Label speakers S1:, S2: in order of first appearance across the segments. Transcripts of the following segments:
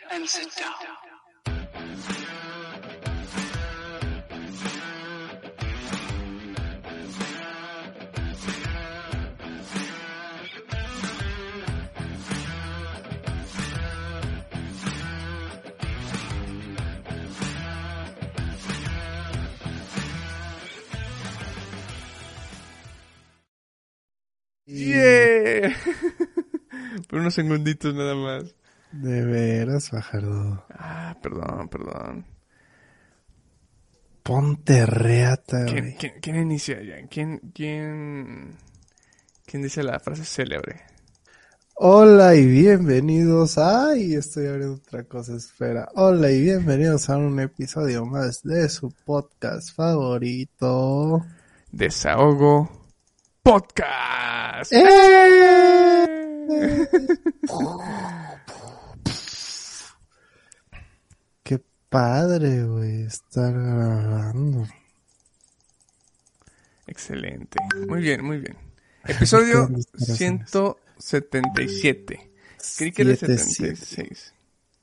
S1: and sit down.
S2: ¡Yeah! Por unos segunditos nada más.
S3: De veras, Fajardo.
S2: Perdón.
S3: Ponte reata, güey.
S2: ¿Quién inicia ya? ¿Quién dice la frase célebre?
S3: Hola y bienvenidos. Ay, estoy abriendo otra cosa, espera. Hola y bienvenidos a un episodio más de su podcast favorito.
S2: Desahogo Podcast.
S3: Qué padre, güey, estar grabando.
S2: Excelente. Muy bien. Episodio 177. Creí que era 76.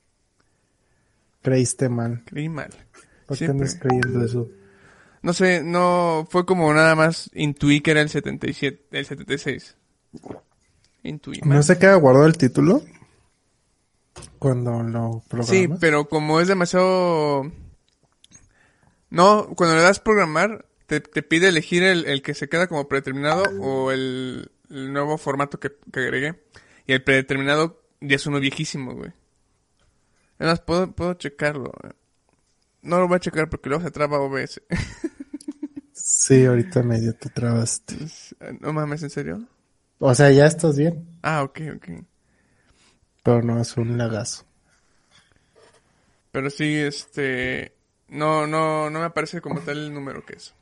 S3: Creíste mal.
S2: Creí mal.
S3: ¿Por qué
S2: Siempre.
S3: andas creyendo eso?
S2: No sé, no fue como nada más intuí que era el 77, el 76. Intuí mal.
S3: ¿No se queda guardado el título? Cuando lo programas.
S2: Sí, pero como es demasiado... No, cuando le das programar, te pide elegir el que se queda como predeterminado o el nuevo formato que agregué. Y el predeterminado ya es uno viejísimo, güey. Además, puedo checarlo. No lo voy a checar porque luego se traba OBS.
S3: Sí, ahorita medio te trabaste.
S2: No mames, ¿en serio?
S3: O sea, ya estás bien,
S2: Ah, ok.
S3: pero no es un lagazo.
S2: Pero sí, no me aparece como tal el número que es.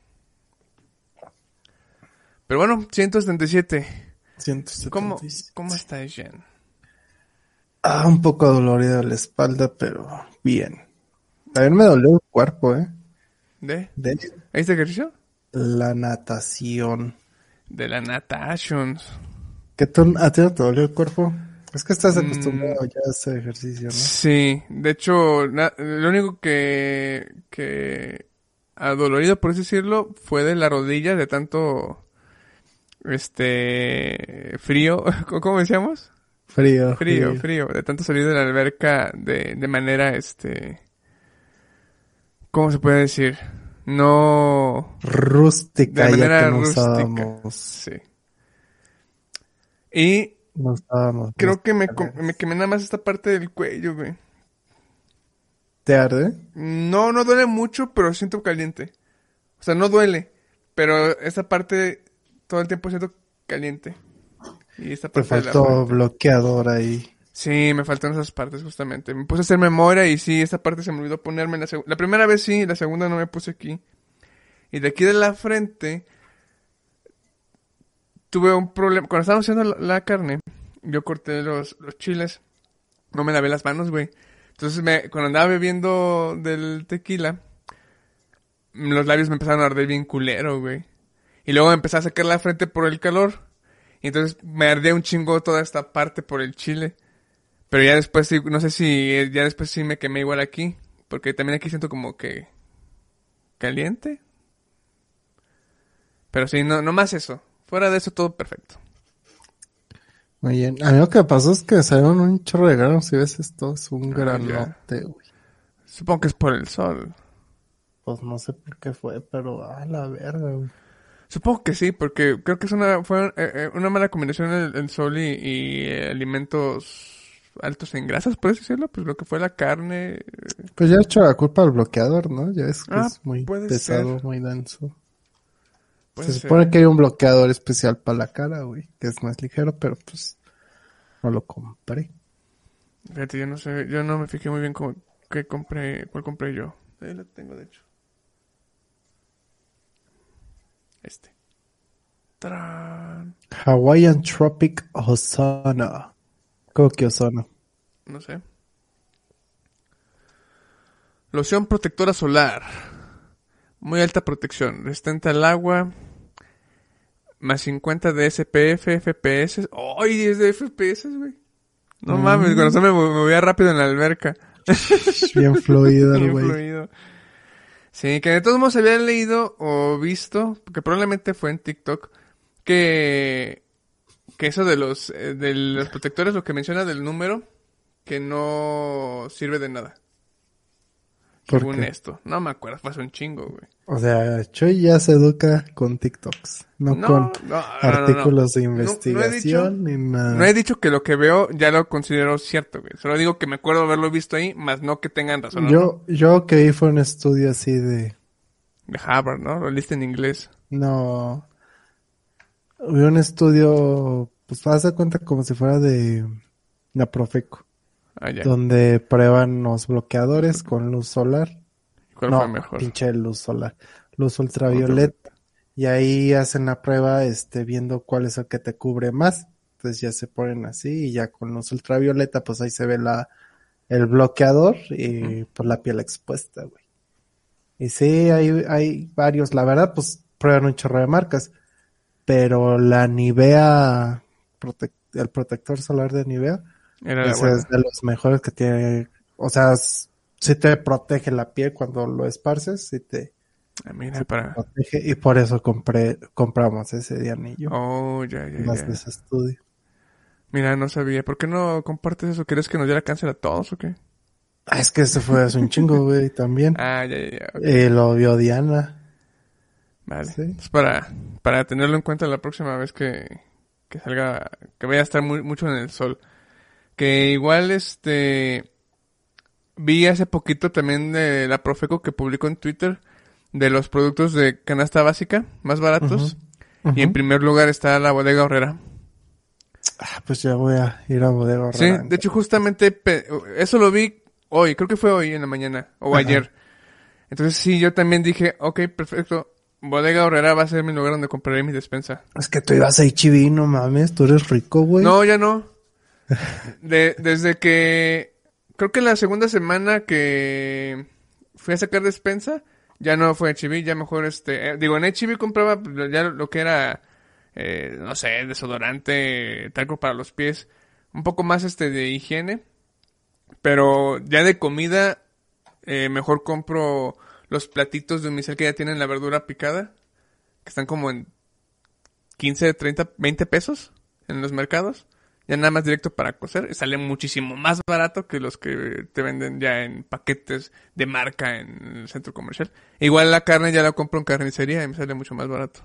S2: Pero bueno, 177.
S3: 177.
S2: ¿Cómo está Jen?
S3: Un poco dolorida la espalda, pero bien. También me dolió el cuerpo,
S2: ¿De
S3: De
S2: este ejercicio?
S3: la natación.
S2: De la Natation.
S3: ¿A ti no te dolió el cuerpo? Es que estás acostumbrado ya a ese ejercicio, ¿no?
S2: Sí, de hecho, lo único que adolorido, por así decirlo, fue de la rodilla de tanto, frío, ¿cómo decíamos?
S3: Frío.
S2: De tanto salir de la alberca de manera, ¿cómo se puede decir? No...
S3: Rústica,
S2: de
S3: ya
S2: manera
S3: que no
S2: rústica.
S3: usábamos.
S2: Sí. Y
S3: No usábamos.
S2: creo que me quemé nada más esta parte del cuello, güey.
S3: ¿Te arde?
S2: No duele mucho, pero siento caliente. O sea, no duele, pero esta parte todo el tiempo siento caliente. Y esta
S3: Te
S2: parte de la
S3: faltó
S2: frente.
S3: bloqueador ahí.
S2: Sí, me faltan esas partes justamente. Me puse a hacer memoria y sí, esta parte se me olvidó ponerme. La primera vez sí, la segunda no me puse aquí. Y de aquí de la frente tuve un problema. Cuando estábamos haciendo la carne, yo corté los chiles. No me lavé las manos, güey. Entonces, cuando andaba bebiendo del tequila, los labios me empezaron a arder bien culero, güey. Y luego me empecé a sacar la frente por el calor. Y entonces me ardía un chingo toda esta parte por el chile. Pero ya después sí, no sé si ya después sí me quemé igual aquí. Porque también aquí siento como que caliente. Pero sí, no más eso. Fuera de eso todo perfecto.
S3: Muy bien. A mí lo que pasó es que salieron un chorro de granos y ves esto es un granote, güey.
S2: Supongo que es por el sol.
S3: Pues no sé por qué fue, pero la verga, güey.
S2: Supongo que sí, porque creo que fue una mala combinación el sol y alimentos altos en grasas, ¿puedes decirlo? Pues lo que fue la carne.
S3: Pues ya he hecho la culpa al bloqueador, ¿no? Ya es que es muy
S2: puede
S3: pesado,
S2: ser.
S3: muy denso.
S2: Puede
S3: Se
S2: ser.
S3: supone que hay un bloqueador especial para la cara, güey, que es más ligero, pero pues no lo compré.
S2: Fíjate, yo no sé, yo no me fijé muy bien cuál compré yo. Ahí lo tengo, de hecho. ¡Tarán!
S3: Hawaiian Tropic Ozona. ¿Cómo que Ozona?
S2: No sé. Loción protectora solar. Muy alta protección. Resistente al agua. Más 50 de SPF, FPS. ¡Ay! 10 de FPS, güey. No mames, con eso me movía rápido en la alberca.
S3: Bien fluido el
S2: Bien
S3: güey.
S2: fluido. Sí, que de todos modos había leído o visto, que probablemente fue en TikTok, que eso de los protectores, lo que menciona del número, que no sirve de nada.
S3: ¿Por
S2: Según
S3: qué?
S2: esto. No me acuerdo, fue hace un chingo, güey.
S3: O sea, Chuy ya se educa con TikToks, no con
S2: No.
S3: artículos de
S2: No he dicho,
S3: investigación ni
S2: no he
S3: nada.
S2: dicho que lo que veo ya lo considero cierto, güey. Solo digo que me acuerdo haberlo visto ahí, más no que tengan razón o no.
S3: Yo que vi fue un estudio así de...
S2: De Harvard, ¿no? Lo leíste en inglés.
S3: No, vi un estudio, pues haz de cuenta como si fuera de la Profeco,
S2: Ah, ya.
S3: donde prueban los bloqueadores con luz solar.
S2: ¿Cuál fue
S3: No,
S2: mejor?
S3: pinche luz solar. Luz
S2: Ultravioleta.
S3: ultravioleta. Y ahí hacen la prueba, viendo cuál es el que te cubre más. Entonces ya se ponen así y ya con luz ultravioleta, pues ahí se ve el bloqueador y pues la piel expuesta, güey. Y sí, hay varios. La verdad, pues prueban un chorro de marcas. Pero la Nivea, el protector solar de Nivea,
S2: Era la
S3: ese es
S2: buena.
S3: de los mejores que tiene. O sea, sí te protege la piel cuando lo esparces,
S2: Ah, mira,
S3: sí te
S2: para...
S3: protege. Y por eso compramos ese de anillo.
S2: Oh, ya.
S3: Más de ese estudio.
S2: Mira, no sabía. ¿Por qué no compartes eso? ¿Quieres que nos diera cáncer a todos o qué?
S3: Ah, es que ese fue hace un chingo, güey, también.
S2: Ah, ya, ok.
S3: Lo vio Diana.
S2: Vale.
S3: Sí.
S2: Es para tenerlo en cuenta la próxima vez que salga, que vaya a estar mucho en el sol. Que igual, vi hace poquito también de la Profeco que publicó en Twitter de los productos de canasta básica más
S3: Ujú,
S2: baratos. Y en
S3: ujú.
S2: primer lugar está la Bodega Horrera.
S3: Ah, pues ya voy a ir a Bodega
S2: Sí,
S3: Horrera.
S2: de hecho justamente eso lo vi hoy, creo que fue hoy en la mañana o
S3: Ajá.
S2: ayer. Entonces sí, yo también dije, ok, perfecto, Bodega Horrera va a ser mi lugar donde compraré mi despensa.
S3: Es que tú ibas a H-E-B, no mames, tú eres rico, güey.
S2: No, ya no. Desde que, creo que la segunda semana que fui a sacar despensa, ya no fue H-E-B, ya mejor digo, en H-E-B compraba ya lo que era, no sé, desodorante, talco para los pies, un poco más de higiene. Pero ya de comida, mejor compro los platitos de unicel que ya tienen la verdura picada, que están como en 15, 30, 20 pesos en los mercados. Ya nada más directo para cocer. Sale muchísimo más barato que los que te venden ya en paquetes de marca en el centro comercial. Igual la carne ya la compro en carnicería y me sale mucho más barato.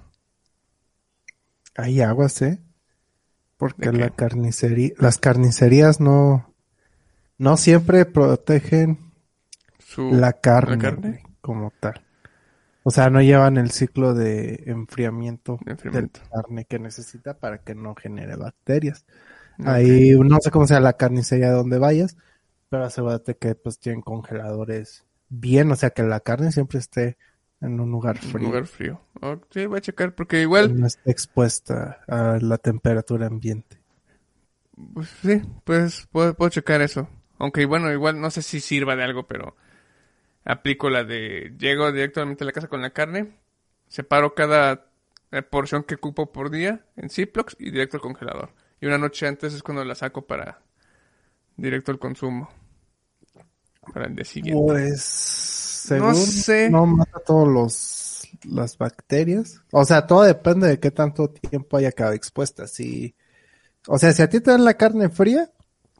S3: Hay aguas,
S2: ¿De
S3: porque
S2: qué?
S3: las carnicerías no siempre protegen la
S2: ¿La
S3: carne,
S2: carne?
S3: güey, como tal. O sea, no llevan el ciclo de enfriamiento
S2: De
S3: de la
S2: enfriamiento.
S3: carne que necesita para que no genere bacterias.
S2: Ok.
S3: Ahí no sé cómo sea la carnicería donde vayas, pero asegúrate que pues tienen congeladores bien, o sea, que la carne siempre esté en un lugar
S2: Un
S3: frío,
S2: lugar frío. Oh, sí, voy a checar porque
S3: que
S2: igual...
S3: no esté expuesta a la temperatura ambiente.
S2: Pues sí, pues puedo checar eso. Aunque bueno, igual no sé si sirva de algo, pero aplico la de llego directamente a la casa con la carne, separo cada porción que ocupo por día en Ziplocs y directo al congelador. Y una noche antes es cuando la saco para directo al consumo, para el día siguiente.
S3: Pues,
S2: No
S3: según
S2: sé,
S3: no mata todos las bacterias. O sea, todo depende de qué tanto tiempo haya quedado expuesta. O sea, si a ti te dan la carne fría,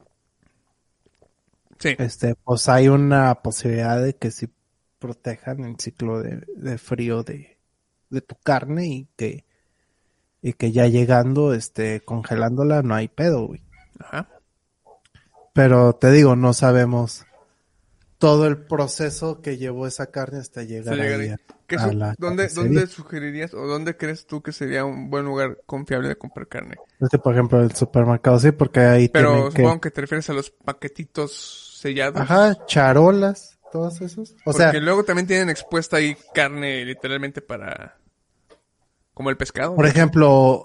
S2: sí,
S3: pues hay una posibilidad de que sí protejan el ciclo de frío de tu carne y que ya llegando, congelándola, no hay pedo, güey.
S2: ajá,
S3: Pero te digo, no sabemos todo el proceso que llevó esa carne hasta
S2: se
S3: llegar ahí
S2: llegaré.
S3: a la
S2: ¿Dónde
S3: carnicería.
S2: sugerirías o dónde crees tú que sería un buen lugar confiable de comprar carne?
S3: Es que, por ejemplo, el supermercado sí, porque ahí tienen
S2: Pero supongo que te refieres a los paquetitos sellados.
S3: ajá, charolas, todos esos. O
S2: Porque
S3: sea,
S2: luego también tienen expuesta ahí carne literalmente para... Como el pescado,
S3: por
S2: de hecho.
S3: ejemplo,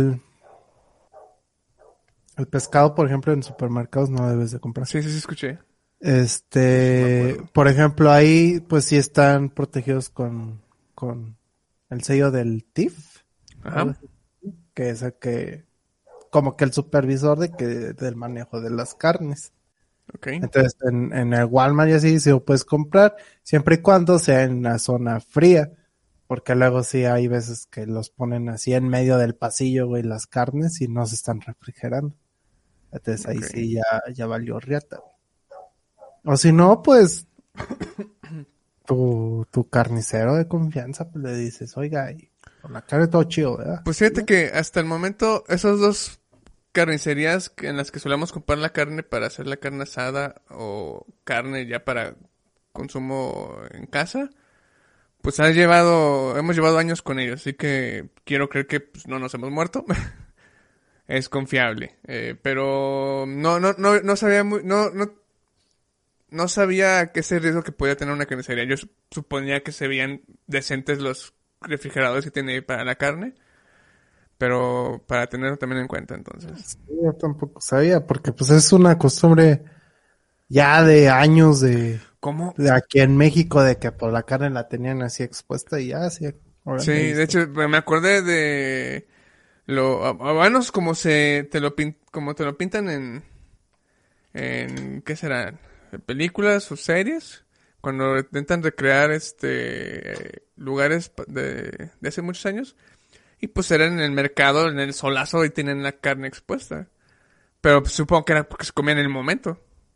S3: el pescado, por ejemplo, en supermercados no debes de comprar.
S2: Sí, escuché. Sí, me acuerdo.
S3: Por ejemplo, ahí pues sí están protegidos con el sello del TIF, algo
S2: Ajá.
S3: así, que es el que, como que el supervisor del manejo de las carnes.
S2: Ok.
S3: Entonces, en el Walmart y así se lo puedes comprar, siempre y cuando sea en una zona fría, porque luego sí hay veces que los ponen así en medio del pasillo, güey, las carnes y no se están refrigerando. Entonces ahí
S2: Ok.
S3: sí ya valió riata, güey. O si no, pues tu carnicero de confianza, pues le dices, oiga, y con la carne todo chido, ¿verdad?
S2: Pues fíjate que hasta el momento esos dos carnicerías en las que solemos comprar la carne para hacer la carne asada o carne ya para consumo en casa, pues hemos llevado años con ellos, así que quiero creer que pues, no nos hemos muerto. Es confiable, pero no sabía no sabía que ese riesgo que podía tener una carnicería. Yo suponía que se veían decentes los refrigeradores que tiene ahí para la carne, pero para tenerlo también en cuenta entonces.
S3: Sí, yo tampoco sabía, porque pues es una costumbre ya de años
S2: ¿Cómo?
S3: de aquí en México, de que por la carne la tenían así expuesta y ya, así, ahora
S2: Sí,
S3: le
S2: de
S3: listo.
S2: hecho me acordé de a menos como como te lo pintan en ¿qué serán? Películas o series cuando intentan recrear lugares de hace muchos años y pues era en el mercado, en el solazo y tienen la carne expuesta. Pero pues, supongo que era porque se comía en el momento.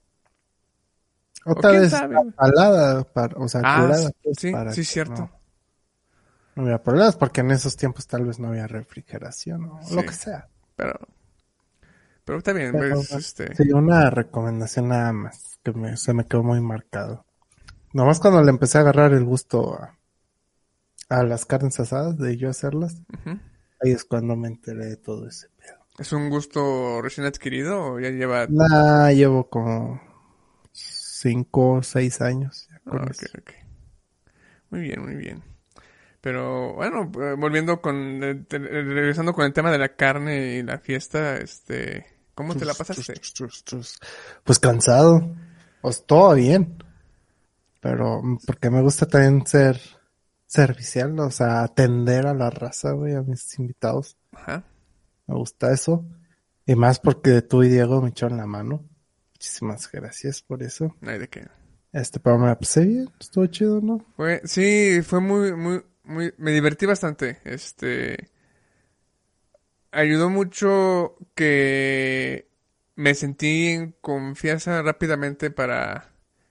S2: O
S3: Otra
S2: quién
S3: vez
S2: sabe.
S3: está salada, o sea,
S2: Ah,
S3: curada, pues,
S2: sí,
S3: para
S2: sí,
S3: que
S2: cierto.
S3: no hubiera problemas, porque en esos tiempos tal vez no había refrigeración o
S2: Sí,
S3: lo que sea.
S2: pero, pero está bien,
S3: Pero
S2: ves,
S3: bueno, sí, una recomendación nada más, que se me quedó muy marcado. Nomás cuando le empecé a agarrar el gusto a las carnes asadas, de yo hacerlas,
S2: ujú.
S3: ahí es cuando me enteré de todo ese pedo.
S2: ¿Es un gusto recién adquirido o ya lleva...
S3: Llevo como 5 o 6 años ya
S2: Ah,
S3: con
S2: ok,
S3: eso.
S2: ok. Muy bien, muy bien. Pero bueno, volviendo regresando con el tema de la carne y la fiesta, ¿cómo te la pasaste?
S3: Pues cansado, pues todo bien, pero porque me gusta también ser servicial, ¿no? O sea, atender a la raza, güey, a mis invitados.
S2: Ajá,
S3: Me gusta eso. Y más porque tú y Diego me echaron la mano. Muchísimas gracias por eso.
S2: no hay de qué.
S3: Pero me la pasé bien, estuvo chido, ¿no?
S2: Sí, fue me divertí bastante. Ayudó mucho que me sentí en confianza rápidamente para,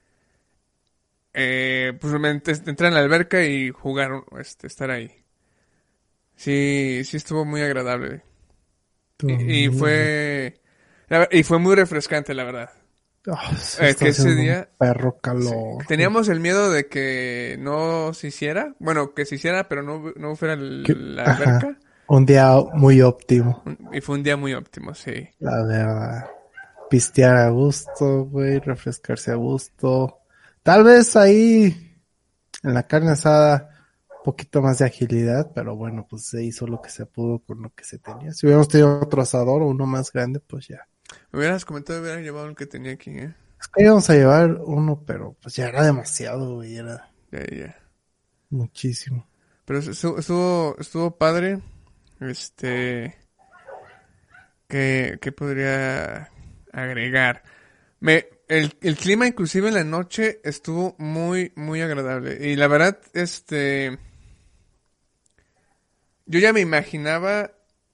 S2: pues, entrar en la alberca y jugar, estar ahí. Sí, sí estuvo muy agradable.
S3: Estuvo
S2: Y
S3: muy bien.
S2: y fue muy refrescante, la verdad.
S3: Se está
S2: Que ese
S3: haciendo un
S2: día,
S3: perro
S2: sí,
S3: calor, güey.
S2: teníamos el miedo de que no se hiciera, bueno, que se hiciera, pero no fuera la
S3: Ajá.
S2: alberca.
S3: Un día muy óptimo,
S2: Y fue un día muy óptimo, sí.
S3: la verdad. Pistear a gusto, güey, refrescarse a gusto. Tal vez ahí en la carne asada un poquito más de agilidad, pero bueno, pues se hizo lo que se pudo con lo que se tenía. Si hubiéramos tenido otro asador o uno más grande, pues ya.
S2: Me hubieras comentado, hubiera llevado el que tenía aquí, ¿eh?
S3: Es que íbamos a llevar uno, pero pues ya era demasiado, güey, era
S2: Ya, ya, ya.
S3: muchísimo.
S2: Pero estuvo padre. Este, ¿qué podría agregar? El clima inclusive en la noche estuvo muy agradable. Y la verdad, yo ya me imaginaba,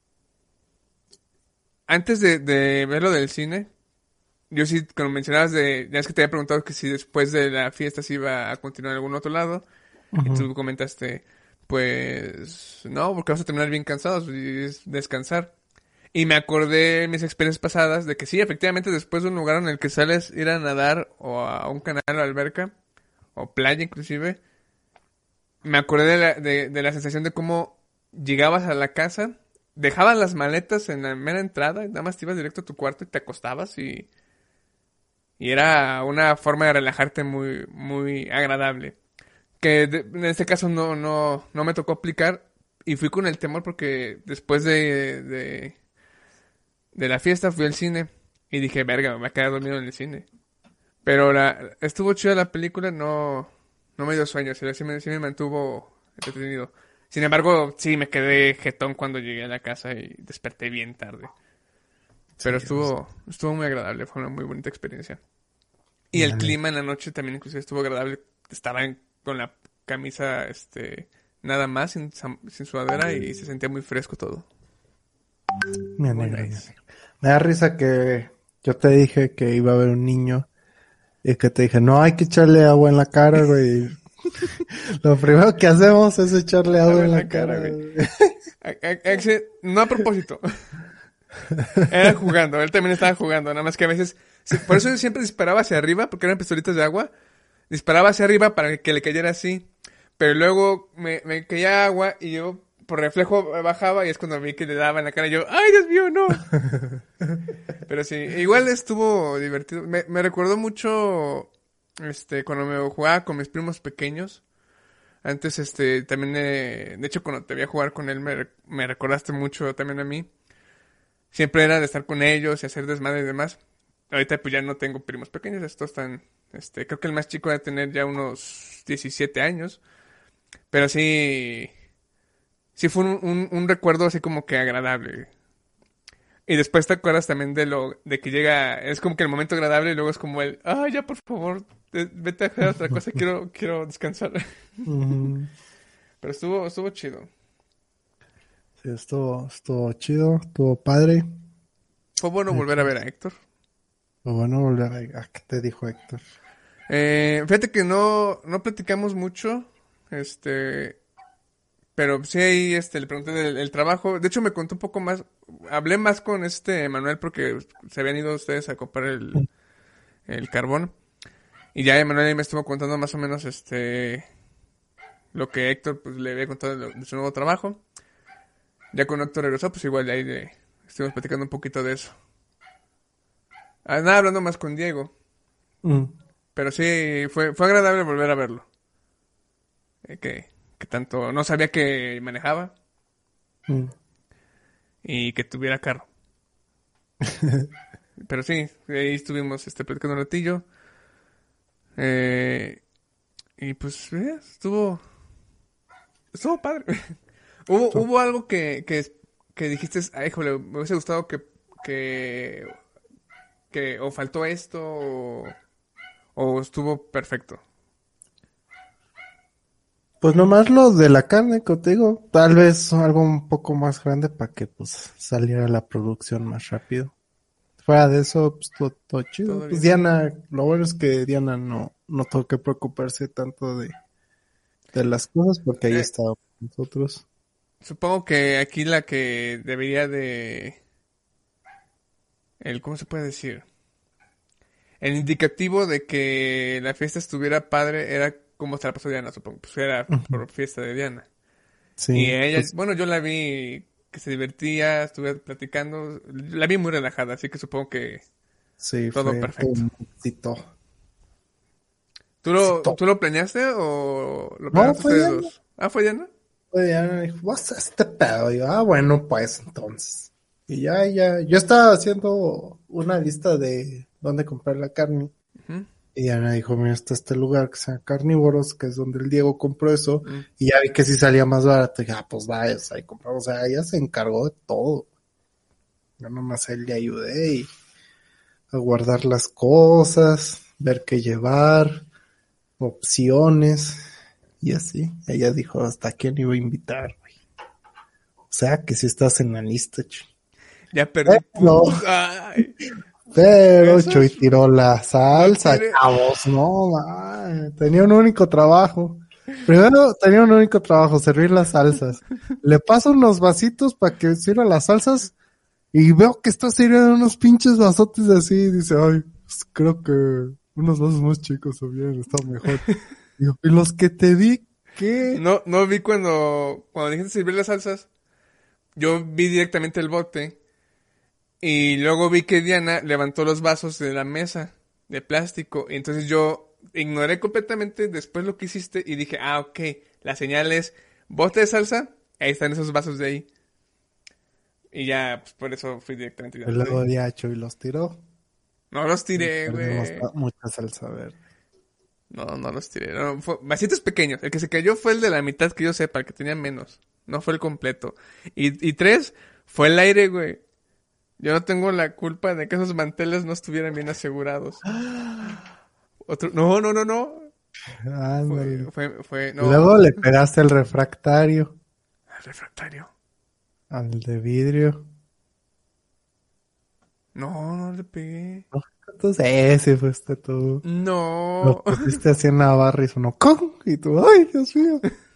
S2: antes de verlo del cine, yo sí, como mencionabas ya es que te había preguntado que si después de la fiesta se iba a continuar en algún otro lado, y
S3: Ujú.
S2: tú comentaste, pues, no, porque vas a terminar bien cansados y es descansar. Y me acordé en mis experiencias pasadas de que sí, efectivamente, después de un lugar en el que sales ir a nadar o a un canal o alberca, o playa inclusive, me acordé de la sensación de cómo llegabas a la casa, dejabas las maletas en la mera entrada, y nada más te ibas directo a tu cuarto y te acostabas y era una forma de relajarte muy agradable. Que en este caso no me tocó aplicar y fui con el temor porque después de la fiesta fui al cine y dije, verga, me voy a quedar dormido en el cine. Pero estuvo chida la película, no me dio sueño, sí me mantuvo entretenido. Sin embargo, sí me quedé jetón cuando llegué a la casa y desperté bien tarde. Pero
S3: Sí, pues,
S2: estuvo muy agradable, fue una muy bonita experiencia. Y el
S3: Vale.
S2: clima en la noche también inclusive estuvo agradable. Estaba con la camisa, nada más, sin sudadera y se sentía muy fresco todo.
S3: Me
S2: Muy
S3: alegra, me
S2: nice.
S3: alegra. Me da risa que yo te dije que iba a haber un niño y que te dije, no, hay que echarle agua en la cara, güey. Lo primero que hacemos es echarle agua en la cara,
S2: güey.
S3: güey.
S2: No a propósito. Era jugando, él también estaba jugando, nada más que a veces... Por eso yo siempre disparaba hacia arriba, porque eran pistolitas de agua. Disparaba hacia arriba para que le cayera así. Pero luego me caía agua y yo por reflejo bajaba y es cuando vi que le daba en la cara y yo, ¡ay, Dios mío, no! Pero sí, igual estuvo divertido. Me recordó mucho, cuando me jugaba con mis primos pequeños. Antes, también, de hecho, cuando te vi a jugar con él, me recordaste mucho también a mí. Siempre era de estar con ellos y hacer desmadre y demás. Ahorita pues ya no tengo primos pequeños, estos están, creo que el más chico debe tener ya unos 17 años. Pero sí fue un recuerdo así como que agradable. Y después te acuerdas también de que llega, es como que el momento agradable y luego es como ya por favor, vete a hacer otra cosa, quiero descansar.
S3: Ujú.
S2: Pero estuvo chido.
S3: Sí, estuvo chido, estuvo padre.
S2: Fue bueno volver a ver a Héctor.
S3: Pero bueno, volver a qué te dijo Héctor.
S2: Fíjate que no platicamos mucho, pero sí ahí, le pregunté del trabajo. De hecho, me contó un poco más. Hablé más con Manuel porque se habían ido ustedes a comprar el carbón. Y ya Manuel ahí me estuvo contando más o menos, lo que Héctor, pues, le había contado de su nuevo trabajo. Ya con Héctor regresó, pues igual de ahí estuvimos platicando un poquito de eso. Nada, hablando más con Diego.
S3: Mm.
S2: Pero sí, fue agradable volver a verlo. Que tanto no sabía que manejaba
S3: Mm.
S2: y que tuviera carro. Pero sí, ahí estuvimos platicando un ratillo. Eh, y pues estuvo padre. Hubo algo que dijiste, ay, híjole, me hubiese gustado que, o faltó esto o estuvo perfecto.
S3: Pues nomás lo de la carne, como te digo, tal vez algo un poco más grande para que pues saliera la producción más rápido. Fuera de eso, pues todo chido.
S2: Todo
S3: Pues
S2: bien.
S3: Diana, lo bueno es que Diana no tuvo que preocuparse tanto de las cosas porque ahí
S2: Eh,
S3: estaba con nosotros.
S2: Supongo que aquí la que debería ¿cómo se puede decir? El indicativo de que la fiesta estuviera padre era cómo se la pasó Diana, supongo. Pues era
S3: Ujú.
S2: por fiesta de Diana. Y
S3: Sí,
S2: ella,
S3: pues
S2: bueno, yo la vi que se divertía, estuve platicando. La vi muy relajada, así que supongo que
S3: sí,
S2: todo
S3: fue
S2: perfecto.
S3: un éxito.
S2: ¿Tú
S3: Éxito.
S2: lo planeaste o lo
S3: No,
S2: planeaste
S3: fue
S2: ustedes
S3: Diana.
S2: dos? Ah, ¿fue Diana?
S3: Fue Diana, dijo, vas a este pedo. Y yo, bueno, pues entonces. Y ya. Yo estaba haciendo una lista de dónde comprar la carne.
S2: Ujú.
S3: Y Ana dijo, mira, está este lugar que se llama Carnívoros, que es donde el Diego compró eso,
S2: Mm.
S3: y ya vi que sí salía más barato, y dije, pues vaya, ahí compramos, o sea, ella se encargó de todo. Yo nomás a él le ayudé y a guardar las cosas, ver qué llevar, opciones, y así. Ella dijo, ¿hasta quién iba a invitar, güey? O sea, que si estás en la lista,
S2: Ya perdí
S3: No,
S2: puntos. Ay,
S3: pero
S2: eso
S3: Choy
S2: es...
S3: tiró la
S2: No
S3: salsa,
S2: tiré...
S3: chavos, no, man. Tenía un único trabajo. Primero tenía un único trabajo, servir las salsas. Le paso unos vasitos para que sirva las salsas y veo que está sirviendo unos pinches vasotes así. Y dice, ay, pues creo que unos vasos más chicos o bien, está mejor. Digo, y los que te di, ¿qué?
S2: No vi cuando dijiste servir las salsas. Yo vi directamente el bote. Y luego vi que Diana levantó los vasos de la mesa de plástico. Y entonces yo ignoré completamente después lo que hiciste y dije, ok, la señal es bote de salsa, ahí están esos vasos de ahí. Y ya, pues por eso fui directamente y ya
S3: Y
S2: los
S3: luego
S2: pedí.
S3: ya Choy los tiró.
S2: No los
S3: Y
S2: tiré,
S3: perdimos
S2: güey.
S3: mucha salsa verde.
S2: No los tiré. No, vasitos pequeños. El que se cayó fue el de la mitad que yo sepa, el que tenía menos. No fue el completo. Y tres, fue el aire, güey. Yo no tengo la culpa de que esos manteles no estuvieran bien asegurados. Otro, no.
S3: Ándale.
S2: No.
S3: Luego le pegaste el refractario
S2: Al refractario.
S3: al de vidrio.
S2: No le pegué.
S3: Entonces, ese fuiste tú. Lo
S2: No.
S3: pusiste así en la barra y sonó ¡con! Y tú, ¡ay, Dios mío!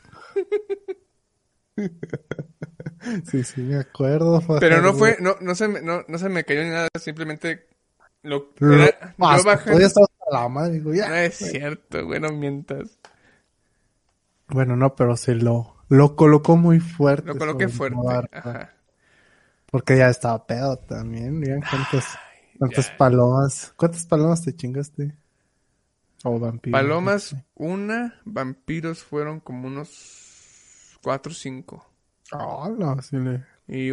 S3: Sí, me acuerdo.
S2: Pero no
S3: Fajardo.
S2: fue, no se me cayó ni nada, simplemente
S3: Lo-
S2: yo
S3: hasta tú ya
S2: bajando.
S3: estabas a la madre. Digo,
S2: No
S3: ya.
S2: es cierto, güey, no mientas.
S3: Bueno, no, pero sí lo colocó muy fuerte
S2: Lo coloqué
S3: sobre la
S2: fuerte,
S3: barra.
S2: ajá.
S3: Porque ya estaba pedo también. Miren cuántas
S2: Ya.
S3: palomas. ¿Cuántas palomas te chingaste? O vampiros. No
S2: Palomas,
S3: sé.
S2: vampiros fueron como unos 4 o 5.
S3: Ah, no, sí le.
S2: Y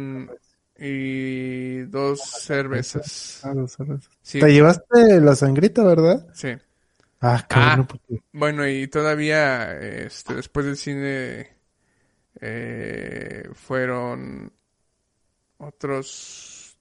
S2: y 2 cervezas.
S3: Ah, dos cervezas.
S2: Sí,
S3: Te llevaste la sangrita, ¿verdad?
S2: sí.
S3: Ah, qué bueno, porque.
S2: Bueno, y todavía, después del cine, fueron otros,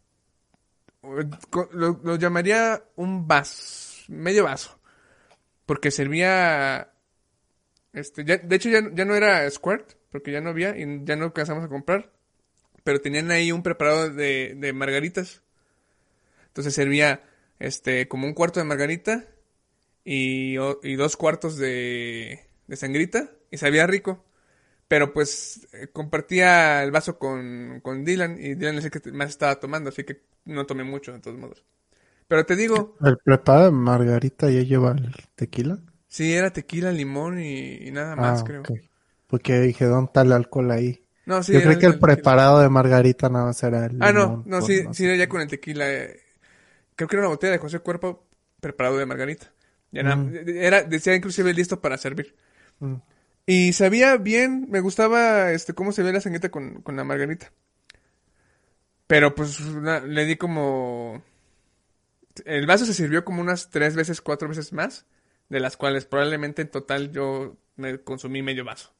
S2: lo llamaría un vaso, medio vaso, porque servía, de hecho ya no era Squirt, porque ya no había y ya no alcanzamos a comprar, pero tenían ahí un preparado de margaritas, entonces servía, como un cuarto de margarita y 2 cuartos de sangrita, y sabía rico. Pero pues compartía el vaso con Dylan y Dylan es el que más estaba tomando, así que no tomé mucho de todos modos. Pero te digo,
S3: El preparado de margarita ya lleva el tequila.
S2: sí era tequila, limón y nada
S3: Ah,
S2: más, creo.
S3: ok. Porque dije, ¿dónde está el alcohol ahí?
S2: No, sí,
S3: Yo
S2: era
S3: creí que el
S2: el tequila.
S3: preparado de margarita nada más era el
S2: Ah, no,
S3: limón.
S2: no,
S3: Con
S2: sí,
S3: no
S2: sí,
S3: sé
S2: era ya
S3: qué.
S2: con el tequila. Creo que era una botella de José Cuerpo preparado de margarita. Ya
S3: Mm,
S2: decía inclusive listo para servir.
S3: mm.
S2: Y sabía bien, me gustaba cómo se ve la sanguita con la margarita. Pero pues le di como... El vaso se sirvió como unas 3 veces, 4 veces más, de las cuales probablemente en total yo me consumí medio vaso.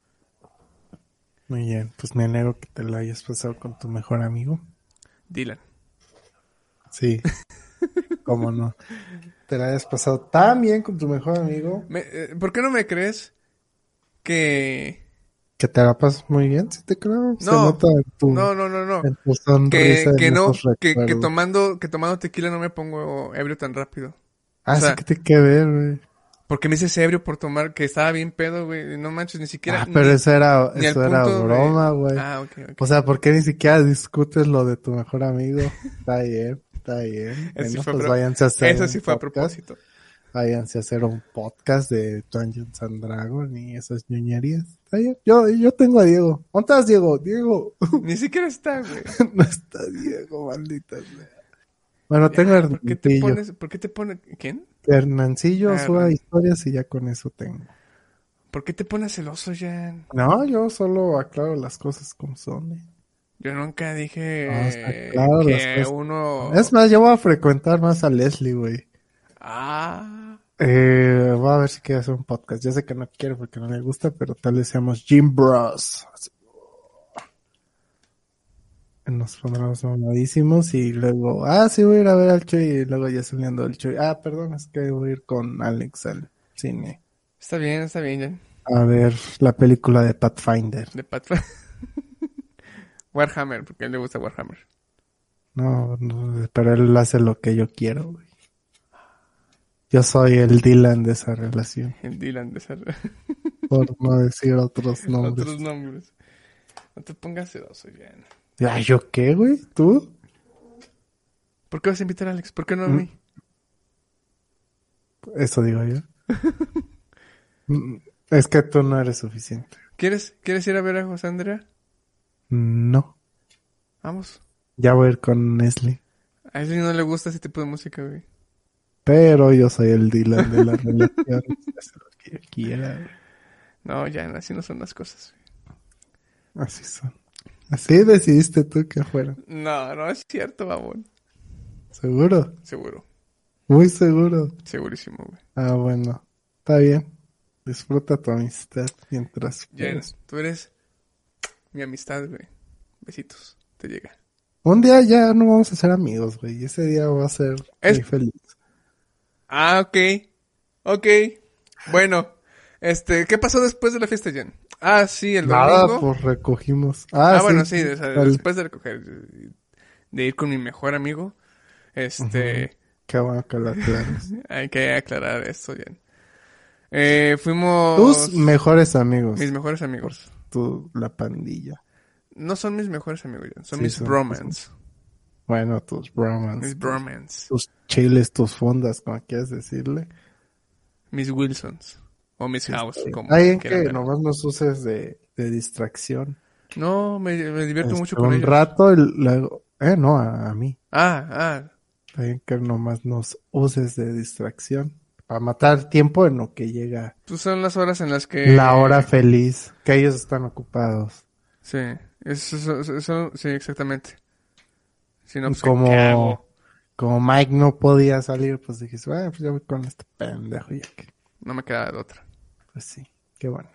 S3: Muy bien, pues me alegro que te lo hayas pasado con tu mejor amigo.
S2: Dylan.
S3: Sí, cómo no. Te lo hayas pasado tan bien con tu mejor amigo
S2: ¿Por qué no me crees que...
S3: que te la pasas muy bien, sí te creo. Se
S2: No,
S3: nota
S2: no.
S3: en tu sonrisa,
S2: Que
S3: en esos
S2: no,
S3: recuerdos.
S2: que tomando tequila no me pongo ebrio tan rápido. O
S3: Ah, sí
S2: sea,
S3: que te que ver, güey.
S2: porque me hice ebrio por tomar, que estaba bien pedo, güey. No manches, ni siquiera,
S3: Ah, pero
S2: ni al
S3: eso era
S2: punto de...
S3: broma, güey.
S2: Ah, ok.
S3: O sea, ¿por qué ni siquiera discutes lo de tu mejor amigo? Está bien, está bien.
S2: Eso sí
S3: Bueno,
S2: fue,
S3: pues váyanse a hacer
S2: eso
S3: un
S2: sí fue a
S3: podcast.
S2: propósito.
S3: Váyanse a hacer un podcast de Dungeons and Dragons y esas ñoñerías. Está bien. Yo tengo a Diego. ¿Dónde estás, Diego? Diego.
S2: Ni siquiera está, güey.
S3: No está Diego, maldita sea. Bueno, tengo a
S2: Ya,
S3: Hernancillo.
S2: ¿por qué te pones, ¿quién?
S3: Hernancillo
S2: Ah,
S3: suba historias y ya con eso tengo.
S2: ¿Por qué te pones celoso, Jan?
S3: No, yo solo aclaro las cosas como son.
S2: Yo nunca
S3: No, está
S2: dije
S3: claro las
S2: que
S3: cosas. Es
S2: uno...
S3: más, yo voy a frecuentar más a Leslie, güey.
S2: Ah,
S3: Voy a ver si quiere hacer un podcast. Ya sé que no quiere porque no le gusta, pero tal vez seamos Gym Bros. Nos pondremos mamadísimos y luego, sí, voy a ir a ver al Chuy y luego ya saliendo del Chuy. Perdón, es que voy a ir con Alex al cine
S2: está bien, Jan.
S3: a ver la película de Pathfinder.
S2: De Warhammer, porque a él le gusta Warhammer.
S3: No, pero él hace lo que yo quiero, güey. Yo soy el Dylan de esa relación,
S2: El Dylan de esa...
S3: por no decir otros nombres.
S2: Otros nombres. No te pongas celoso, Jan.
S3: ¿Yo qué, güey? ¿Tú?
S2: ¿Por qué vas a invitar a Alex? ¿Por qué no a mí?
S3: Eso digo yo. Es que tú no eres suficiente.
S2: ¿Quieres ir a ver a José Andrea?
S3: No.
S2: Vamos.
S3: Ya voy a ir con Nestle.
S2: A él no le gusta ese tipo de música, güey.
S3: Pero yo soy el Dylan de la relación. Hacer lo que yo quiera, güey.
S2: No, Jan, así no son las cosas, güey.
S3: Así son. Así decidiste tú que fuera.
S2: No es cierto, babón.
S3: ¿Seguro?
S2: Seguro.
S3: Muy seguro.
S2: Segurísimo, güey.
S3: Bueno. Está bien. Disfruta tu amistad mientras
S2: Jan,
S3: puedas.
S2: tú eres mi amistad, güey. Besitos. Te llega.
S3: Un día ya no vamos a ser amigos, güey. Ese día va a ser muy feliz.
S2: Ok. Ok. Bueno, ¿qué pasó después de la fiesta, Jen? Ah, sí, el
S3: Nada,
S2: domingo.
S3: pues recogimos.
S2: Bueno, sí,
S3: Sí.
S2: o sea,
S3: Vale.
S2: después de recoger, de ir con mi mejor amigo,
S3: Ujú. Qué bueno que lo aclares.
S2: hay que aclarar esto, Jen.
S3: Tus
S2: Fuimos
S3: mejores
S2: mis
S3: amigos.
S2: mejores
S3: Por
S2: amigos.
S3: la pandilla.
S2: No son mis mejores amigos, Jen, son
S3: Sí,
S2: mis
S3: son.
S2: bromance.
S3: Bueno, tus bromans,
S2: Mis bromance.
S3: tus chiles, tus fondas, como quieras decirle.
S2: Mis Wilsons. O mis
S3: Sí, está
S2: House,
S3: bien.
S2: como
S3: Alguien
S2: quieran
S3: que
S2: verlo.
S3: nomás nos uses de distracción.
S2: No, me divierto mucho con
S3: Un
S2: ellos.
S3: rato y luego... no, a mí.
S2: Ah,
S3: Alguien que nomás nos uses de distracción. Para matar tiempo en lo que llega
S2: pues son las horas en las
S3: la hora
S2: que...
S3: feliz. Que ellos están ocupados.
S2: Sí, sí, exactamente. Si no,
S3: Y
S2: pues, ¿qué hago?
S3: como Mike no podía salir, pues dijiste, bueno, pues ya voy con este pendejo ya que...
S2: No me queda de otra.
S3: Pues sí, qué bueno.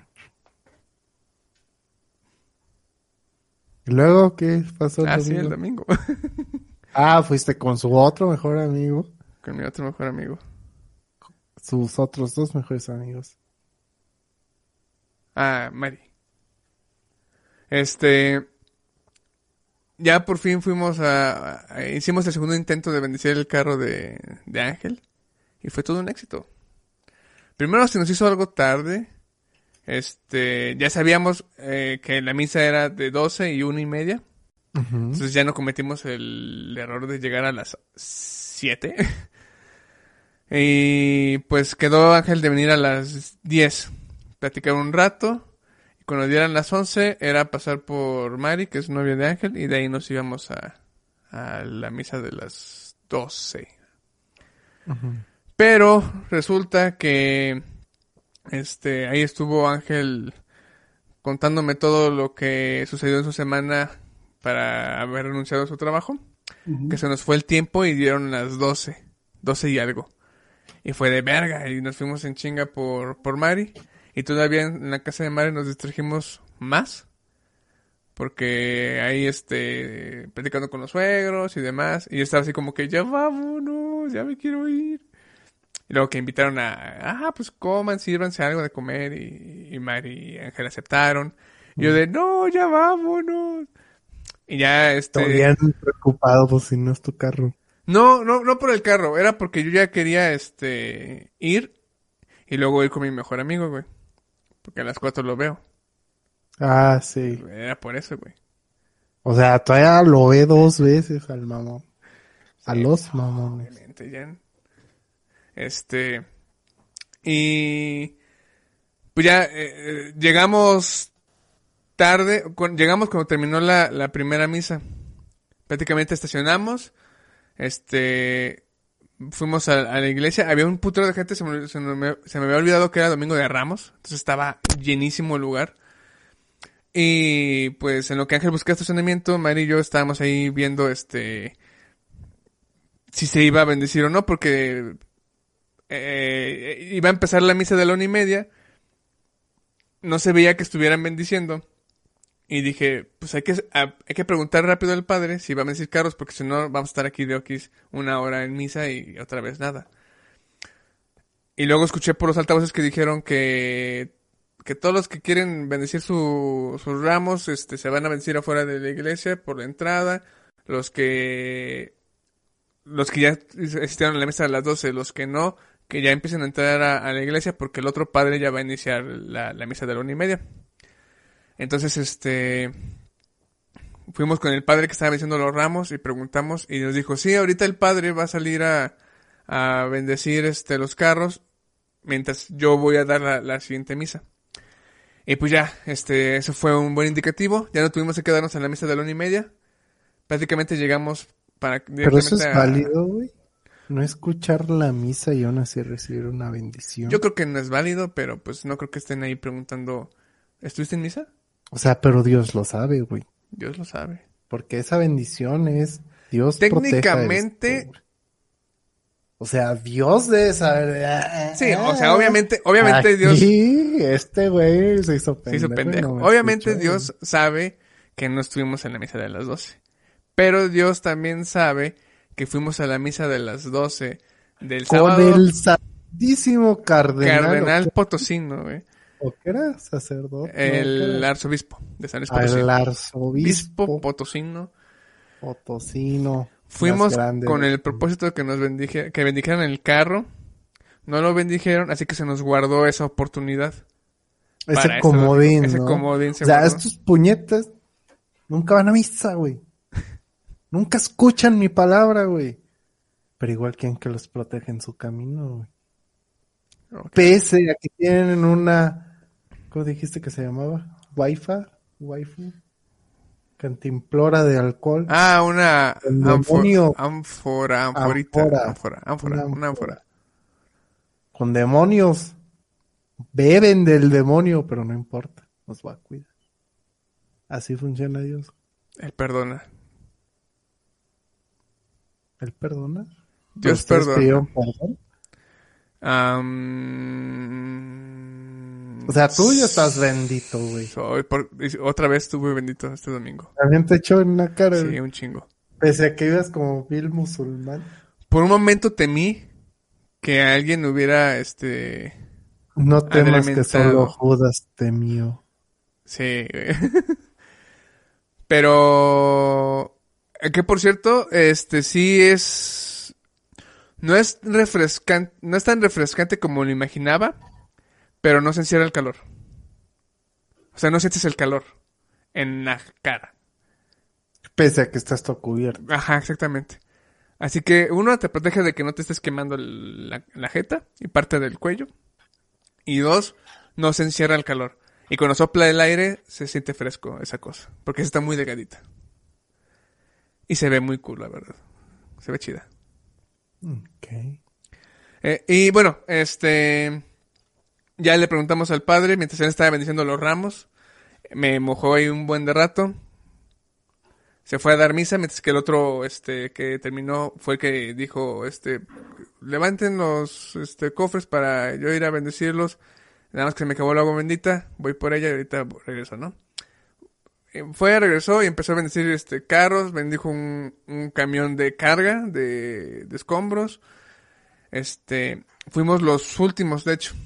S3: ¿Y luego qué pasó el
S2: Ah, sí, el
S3: domingo?
S2: domingo.
S3: Fuiste con su otro mejor amigo.
S2: Con mi otro mejor amigo.
S3: Sus otros dos mejores amigos.
S2: Ah, Mari. Ya por fin fuimos hicimos el segundo intento de bendecir el carro de Ángel. Y fue todo un éxito. Primero se nos hizo algo tarde. Ya sabíamos que la misa era de 12 y 1:30.
S3: Ujú.
S2: Entonces ya no cometimos el error de llegar a las 7. Y pues quedó Ángel de venir a las 10. Platicar un rato. Y cuando dieran las 11 era pasar por Mari, que es novia de Ángel. Y de ahí nos íbamos a la misa de las 12.
S3: Ujú.
S2: Pero resulta que ahí estuvo Ángel contándome todo lo que sucedió en su semana para haber renunciado a su trabajo. Que se nos fue el tiempo y dieron las 12 y algo. Y fue de verga y nos fuimos en chinga por Mari. Y todavía en la casa de Mari nos distrajimos más. Porque ahí platicando con los suegros y demás. Y yo estaba así como que ya vámonos, ya me quiero ir. Y luego que invitaron pues coman, sírvanse algo de comer. Y Mari y Ángel aceptaron. Y yo de, no, ya vámonos. Y ya
S3: Estarían preocupados pues, si no es tu carro.
S2: No por el carro, era porque yo ya quería, ir y luego ir con mi mejor amigo, güey. Porque a las 4 lo veo.
S3: Sí.
S2: Era por eso, güey.
S3: O sea, todavía lo ve dos veces al mamón. A
S2: Sí,
S3: los mamones.
S2: obviamente, ya. Y pues ya llegamos tarde, llegamos cuando terminó la primera misa. Prácticamente estacionamos, fuimos a la iglesia, había un putero de gente, se me había olvidado que era Domingo de Ramos, entonces estaba llenísimo el lugar. Y pues en lo que Ángel buscaba estacionamiento, Mari y yo estábamos ahí viendo si se iba a bendecir o no, porque iba a empezar la misa de la 1:30, no se veía que estuvieran bendiciendo. Y dije, pues hay que preguntar rápido al padre si va a bendecir carros, porque si no vamos a estar aquí de Oquis 1 hora en misa y otra vez nada. Y luego escuché por los altavoces que dijeron que todos los que quieren bendecir sus ramos, se van a bendecir afuera de la iglesia por la entrada. Los que ya asistieron a la misa a las 12, los que no, que ya empiecen a entrar a la iglesia porque el otro padre ya va a iniciar la misa de la 1:30. Entonces, fuimos con el padre que estaba bendiciendo los ramos y preguntamos y nos dijo, sí, ahorita el padre va a salir a bendecir los carros mientras yo voy a dar la siguiente misa. Y pues ya, eso fue un buen indicativo. Ya no tuvimos que quedarnos en la misa de la 1:30. Prácticamente llegamos para
S3: Pero eso
S2: directamente
S3: es válido, güey. No escuchar la misa y aún así recibir una bendición.
S2: Yo creo que no es válido, pero pues no creo que estén ahí preguntando, ¿estuviste en misa?
S3: O sea, pero Dios lo sabe, güey.
S2: Dios lo sabe.
S3: Porque esa bendición es Dios
S2: Técnicamente,
S3: proteja esto. O sea, Dios debe saber.
S2: sí, o sea, obviamente Dios
S3: Este güey se hizo
S2: se hizo
S3: pendejo.
S2: pendejo.
S3: No me
S2: Obviamente
S3: escuchó,
S2: Dios sabe que no estuvimos en la misa de las 12. Pero Dios también sabe que fuimos a la misa de las 12 del
S3: Con
S2: sábado.
S3: el santísimo
S2: Cardenal
S3: ¿o
S2: Potosino, güey.
S3: qué era? ¿Sacerdote?
S2: El
S3: ¿qué
S2: arzobispo de San Luis
S3: era?
S2: Potosí.
S3: El
S2: Obispo
S3: arzobispo
S2: Potosino.
S3: Potosino. Más
S2: Fuimos
S3: grande
S2: con
S3: del
S2: el propósito de que nos que bendijeran el carro. No lo bendijeron, así que se nos guardó esa oportunidad.
S3: Ese
S2: Para ese
S3: comodín,
S2: domingo. Ese
S3: ¿no?
S2: comodín se
S3: O sea,
S2: guardó.
S3: estos puñetas nunca van a misa, güey. Nunca escuchan mi palabra, güey. Pero igual quieren que los proteja en su camino, güey.
S2: Ok.
S3: Pese a que tienen una... ¿Cómo dijiste que se llamaba? ¿Waifu? Cantimplora de alcohol.
S2: Ah, una
S3: El demonio.
S2: ánfora.
S3: Ánfora.
S2: Una ánfora.
S3: Con demonios. Beben del demonio, pero no importa. Nos va a cuidar. Así funciona Dios.
S2: Él perdona.
S3: ¿Él perdona? ¿Pero
S2: Dios
S3: ustedes
S2: perdona.
S3: pidieron perdón? O sea, tú ya estás bendito, güey.
S2: Otra vez estuve bendito este domingo.
S3: También te echó en la cara,
S2: Sí,
S3: güey.
S2: un chingo.
S3: Pese a que ibas como vil musulmán.
S2: Por un momento temí que alguien hubiera,
S3: No temas que
S2: Alimentado.
S3: solo Judas temió.
S2: Sí, güey. Pero, que por cierto, sí es, no es refrescante, no es tan refrescante como lo imaginaba, pero no se encierra el calor. O sea, no sientes el calor en la cara.
S3: Pese a que estás todo cubierto.
S2: Ajá, exactamente. Así que uno, te protege de que no te estés quemando la jeta y parte del cuello. Y dos, no se encierra el calor. Y cuando sopla el aire, se siente fresco esa cosa. Porque está muy delgadita. Y se ve muy cool, la verdad. Se ve chida.
S3: Ok.
S2: Y bueno, ya le preguntamos al padre, mientras él estaba bendiciendo los ramos. Me mojó ahí un buen de rato. Se fue a dar misa, mientras que el otro, que terminó, fue el que dijo, levanten los, cofres para yo ir a bendecirlos. Nada más que se me acabó el agua bendita, voy por ella y ahorita regreso, ¿no? Regresó y empezó a bendecir, carros, bendijo un camión de carga, de escombros. Fuimos los últimos, de hecho.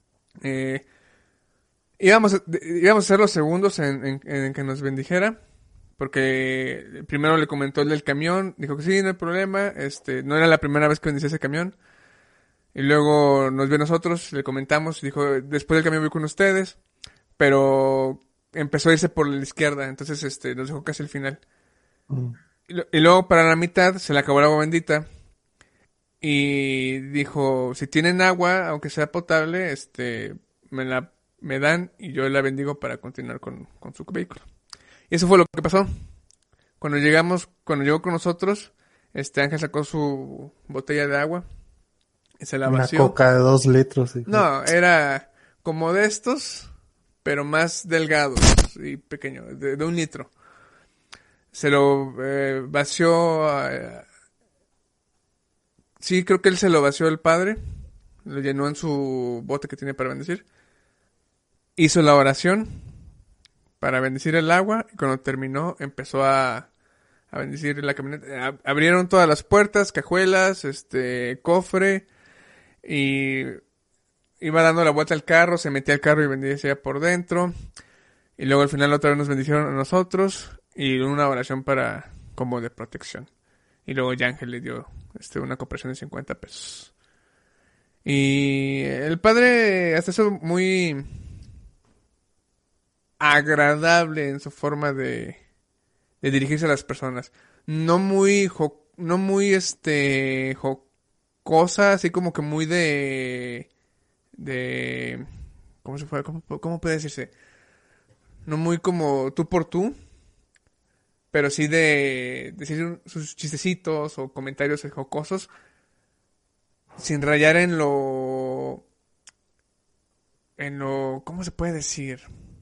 S2: Íbamos a ser los segundos en que nos bendijera. Porque primero le comentó el del camión, dijo que sí, no hay problema, no era la primera vez que bendecía ese camión. Y luego nos vio a nosotros, le comentamos, dijo, después del camión voy con ustedes, pero empezó a irse por la izquierda, entonces nos dejó casi al final.
S3: Mm.
S2: Y luego para la mitad se le acabó el agua bendita y dijo, si tienen agua, aunque sea potable, me dan y yo la bendigo para continuar con su vehículo. Y eso fue lo que pasó. Cuando llegó con nosotros, Ángel sacó su botella de agua y se la
S3: Una
S2: vació.
S3: coca de 2 litros. Hijo.
S2: No, era como de estos, pero más delgados y pequeños, de 1 litro. Se lo vació. Sí, creo que él se lo vació el padre. Lo llenó en su bote que tiene para bendecir. Hizo la oración para bendecir el agua y cuando terminó empezó a bendecir la camioneta. Abrieron todas las puertas, cajuelas, cofre y iba dando la vuelta al carro, se metía al carro y bendecía por dentro. Y luego al final otra vez nos bendicieron a nosotros y una oración para como de protección. Y luego ya Ángel le dio una cooperación de 50 pesos. Y el padre hasta eso muy agradable en su forma de dirigirse a las personas. No muy jocosa, así como que muy de ¿cómo puede decirse? No muy como tú por tú, pero sí de decir sus chistecitos o comentarios jocosos sin rayar en lo ¿cómo se puede decir?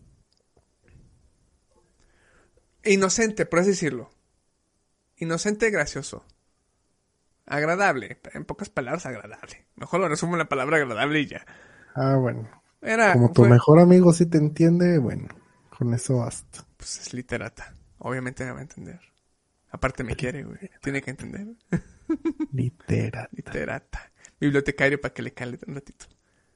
S2: Inocente, por así decirlo. Inocente, gracioso. Agradable. En pocas palabras, agradable. Mejor lo resumo en la palabra agradable y ya.
S3: Ah, bueno. Como tu mejor amigo sí te entiende, bueno, con eso basta.
S2: Pues es literata. Obviamente me va a entender. Aparte me quiere, güey. Tiene que entender.
S3: Literata.
S2: Literata. bibliotecario para que le cale un ratito.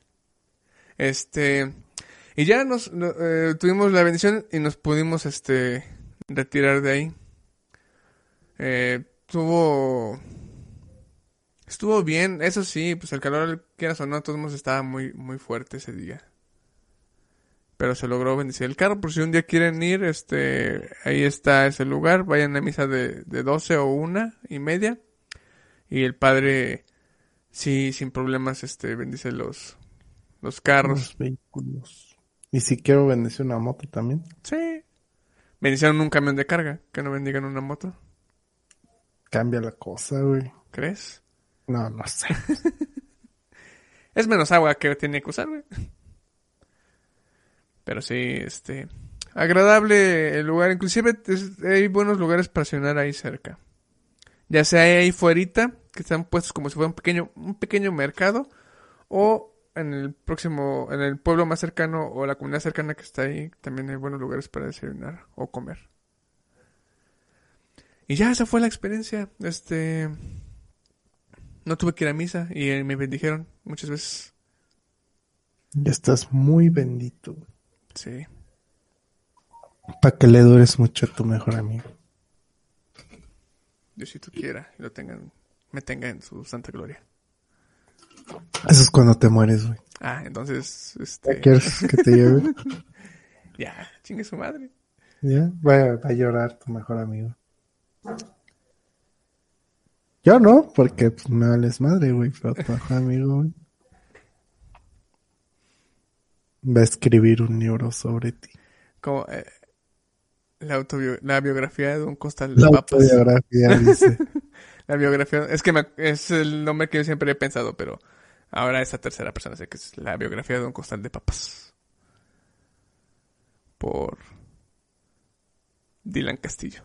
S2: Y ya tuvimos la bendición y nos pudimos, retirar de ahí. Estuvo bien, eso sí, pues el calor, quieras o no, todos modos estaba muy, muy fuerte ese día. Pero se logró bendecir el carro, por si un día quieren ir, ahí está ese lugar, vayan a misa de 12 o 1:30. Y el padre, sí, sin problemas, bendice los carros.
S3: Los vehículos. Y si quiero bendecir una moto también.
S2: Sí. Bendicieron un camión de carga, que no bendigan una moto.
S3: Cambia la cosa, güey.
S2: ¿Crees?
S3: No, no sé.
S2: Es menos agua que tiene que usar, güey. Pero sí, agradable el lugar. Inclusive hay buenos lugares para cenar ahí cerca. Ya sea ahí fuerita, que están puestos como si fuera un pequeño mercado, o en el pueblo más cercano o la comunidad cercana que está ahí, también hay buenos lugares para desayunar o comer. Y ya, esa fue la experiencia. No tuve que ir a misa y me bendijeron muchas veces.
S3: Ya estás muy bendito.
S2: Sí.
S3: Para que le dures mucho a tu mejor amigo.
S2: Diosito quiera y me tenga en su santa gloria.
S3: Eso es cuando te mueres, güey.
S2: Ah, entonces,
S3: ¿Ya quieres que te lleve?
S2: Ya, chingue su madre.
S3: ¿Ya? Va a llorar tu mejor amigo. Yo no, porque pues, me vales madre, güey. Pero tu mejor amigo, güey, va a escribir un libro sobre ti.
S2: Como la biografía de un costal de
S3: La
S2: papas.
S3: autobiografía, dice.
S2: La biografía, es que es el nombre que yo siempre he pensado, pero ahora esa tercera persona sé que es la biografía de un costal de papas. Por Dylan Castillo.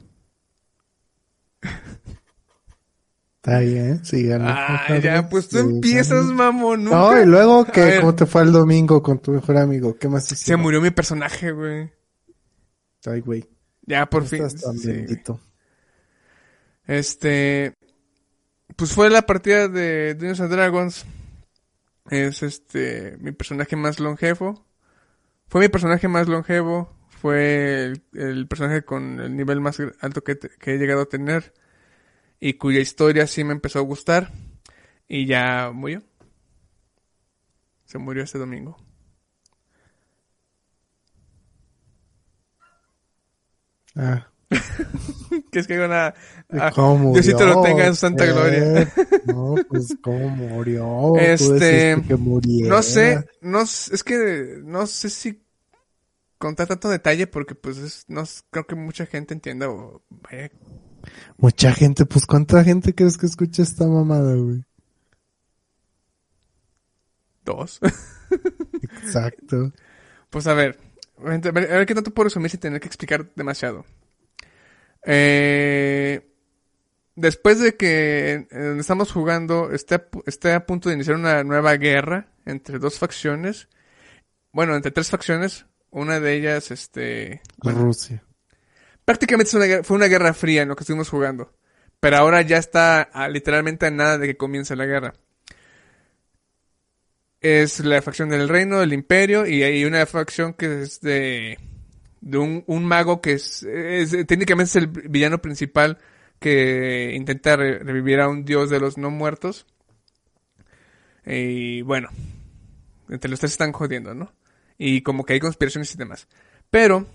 S3: Está bien, síganlo.
S2: Ah, ya, pues tú empiezas, mamón.
S3: No, y luego,
S2: A
S3: ¿qué?
S2: ver.
S3: ¿Cómo te fue el domingo con tu mejor amigo? ¿Qué más hiciste?
S2: Se murió mi personaje, güey.
S3: Ay, güey.
S2: Ya, por
S3: No
S2: fin.
S3: estás tan
S2: Sí,
S3: bendito.
S2: pues fue la partida de Dungeons and Dragons. Es mi personaje más longevo. Fue mi personaje más longevo. Fue el personaje con el nivel más alto que he llegado a tener. Y cuya historia sí me empezó a gustar. Y ya murió. Se murió este domingo.
S3: Ah.
S2: Que es que hay una...
S3: ¿Cómo murió?
S2: Diosito lo tenga en su santa gloria.
S3: No, pues, ¿cómo murió? Tú
S2: Este,
S3: deciste que muriera.
S2: No sé, es que no sé si contar tanto detalle porque pues creo que mucha gente entienda o vaya.
S3: Mucha gente, pues, ¿cuánta gente crees que escucha esta mamada, güey?
S2: 2.
S3: Exacto.
S2: Pues a ver qué tanto puedo resumir sin tener que explicar demasiado. Después de que estamos jugando, esté a punto de iniciar una nueva guerra entre dos facciones. Bueno, entre tres facciones. Una de ellas,
S3: Rusia.
S2: prácticamente fue una guerra fría en lo que estuvimos jugando. Pero ahora ya está literalmente a nada de que comience la guerra. Es la facción del reino, del imperio, y hay una facción que es de un mago que técnicamente es el villano principal que intenta revivir a un dios de los no muertos. Y bueno, entre los tres están jodiendo, ¿no? Y como que hay conspiraciones y demás. Pero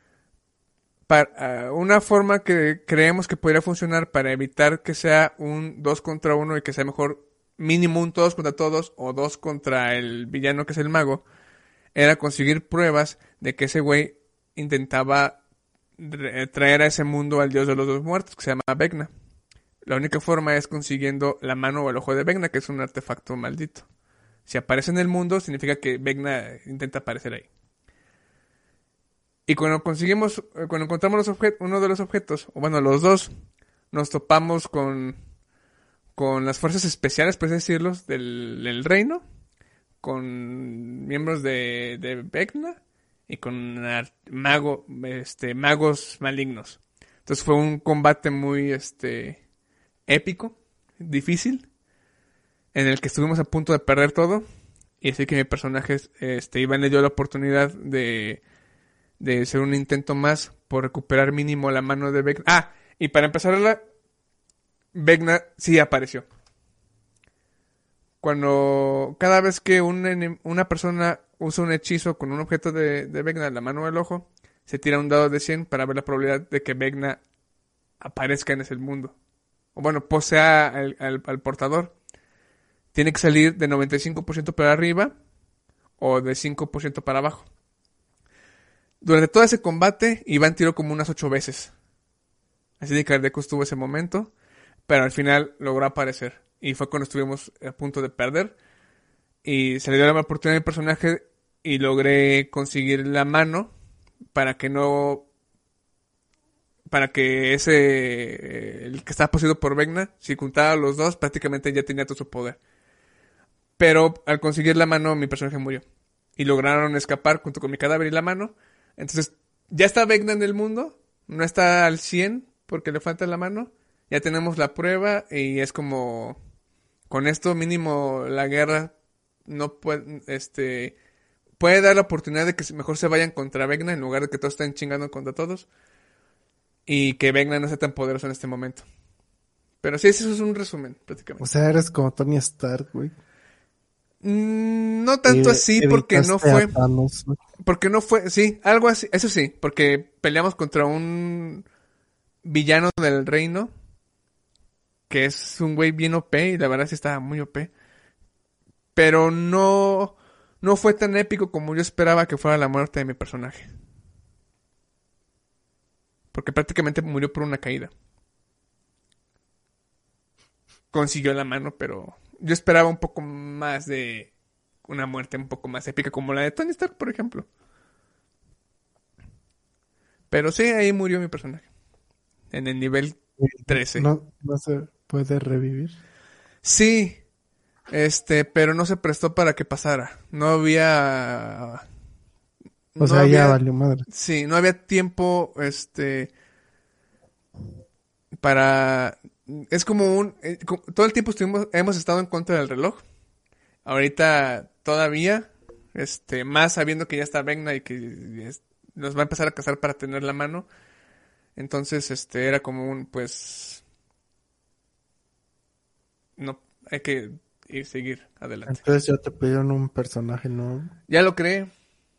S2: una forma que creemos que podría funcionar para evitar que sea un 2 contra 1 y que sea mejor mínimo un todos contra todos o 2 contra el villano que es el mago, era conseguir pruebas de que ese güey intentaba traer a ese mundo al dios de los dos muertos, que se llama Vecna. La única forma es consiguiendo la mano o el ojo de Vecna, que es un artefacto maldito. Si aparece en el mundo, significa que Vecna intenta aparecer ahí. Y cuando encontramos uno de los objetos, o bueno, los dos, nos topamos con las fuerzas especiales, por así decirlo, del reino, con miembros de Vecna y con magos malignos. Entonces fue un combate muy épico, difícil. en el que estuvimos a punto de perder todo. Y así que mi personaje, Iván le dio la oportunidad de hacer un intento más por recuperar mínimo la mano de Vecna. Ah, y para empezar, Vecna sí apareció. Cada vez que una persona usa un hechizo con un objeto de Vecna en la mano o el ojo, se tira un dado de 100 para ver la probabilidad de que Vecna aparezca en ese mundo. O bueno, posea al portador. Tiene que salir de 95% para arriba o de 5% para abajo. Durante todo ese combate, Iván tiró como unas 8 veces. Así de cardíaco estuvo ese momento, pero al final logró aparecer. Y fue cuando estuvimos a punto de perder. Y se le dio la oportunidad al personaje y logré conseguir la mano para que el que estaba poseído por Vecna, si juntaba a los dos, prácticamente ya tenía todo su poder. Pero al conseguir la mano, mi personaje murió. Y lograron escapar junto con mi cadáver y la mano. Entonces, ya está Vecna en el mundo. No está al 100 porque le falta la mano. Ya tenemos la prueba y es como... Con esto mínimo la guerra no puede... puede dar la oportunidad de que mejor se vayan contra Vecna en lugar de que todos estén chingando contra todos. Y que Vecna no sea tan poderoso en este momento. Pero sí, eso es un resumen, prácticamente.
S3: O sea, eres como Tony Stark, güey.
S2: No tanto así porque no fue...
S3: Thanos,
S2: porque no fue... Sí, algo así. Eso sí, porque peleamos contra un villano del reino. Que es un güey bien OP y la verdad sí estaba muy OP. Pero no fue tan épico como yo esperaba que fuera la muerte de mi personaje. Porque prácticamente murió por una caída. Consiguió la mano, pero yo esperaba un poco más de una muerte un poco más épica como la de Tony Stark, por ejemplo. Pero sí, ahí murió mi personaje. En el nivel 13.
S3: No se puede revivir.
S2: Sí, pero no se prestó para que pasara. No había...
S3: O sea, ya valió madre.
S2: Sí, no había tiempo, para... Es como todo el tiempo hemos estado en contra del reloj. Ahorita todavía, más sabiendo que ya está Vecna y que nos va a empezar a cazar para tener la mano. Entonces, era como pues... No, hay que seguir adelante.
S3: Entonces ya te pidieron un personaje nuevo.
S2: Ya lo creé.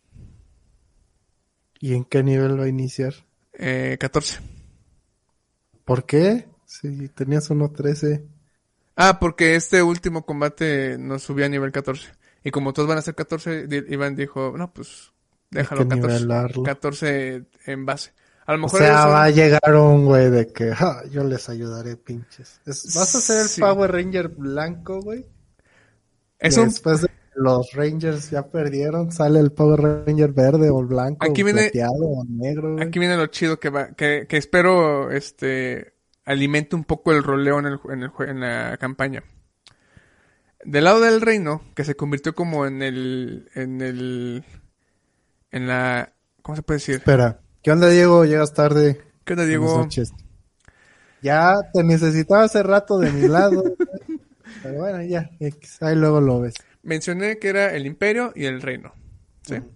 S3: ¿Y en qué nivel va a iniciar?
S2: 14.
S3: ¿Por qué? Si tenías uno 13.
S2: Ah, porque este último combate nos subió a nivel 14. Y como todos van a ser 14, Iván dijo, no, pues déjalo
S3: Hay que
S2: 14.
S3: nivelarlo. 14
S2: en base. A lo
S3: O
S2: mejor
S3: sea,
S2: eso...
S3: va a llegar un güey de que yo les ayudaré, pinches. ¿Vas a ser el
S2: Sí.
S3: Power Ranger blanco, güey?
S2: Es
S3: Y
S2: un...
S3: después de que los Rangers ya perdieron, sale el Power Ranger verde o blanco
S2: Aquí
S3: o
S2: viene-
S3: plateado o negro, güey.
S2: Aquí viene lo chido que espero, alimente un poco el roleo en la campaña. Del lado del reino, que se convirtió como en la, ¿cómo se puede decir?
S3: Espera, ¿qué onda, Diego? Llegas tarde.
S2: ¿Qué onda,
S3: Buenas
S2: Diego?
S3: noches. Ya te necesitaba hace rato de mi lado, güey. Pero bueno, ya, ahí luego lo ves.
S2: Mencioné que era el imperio y el reino, ¿sí?
S3: Ujú.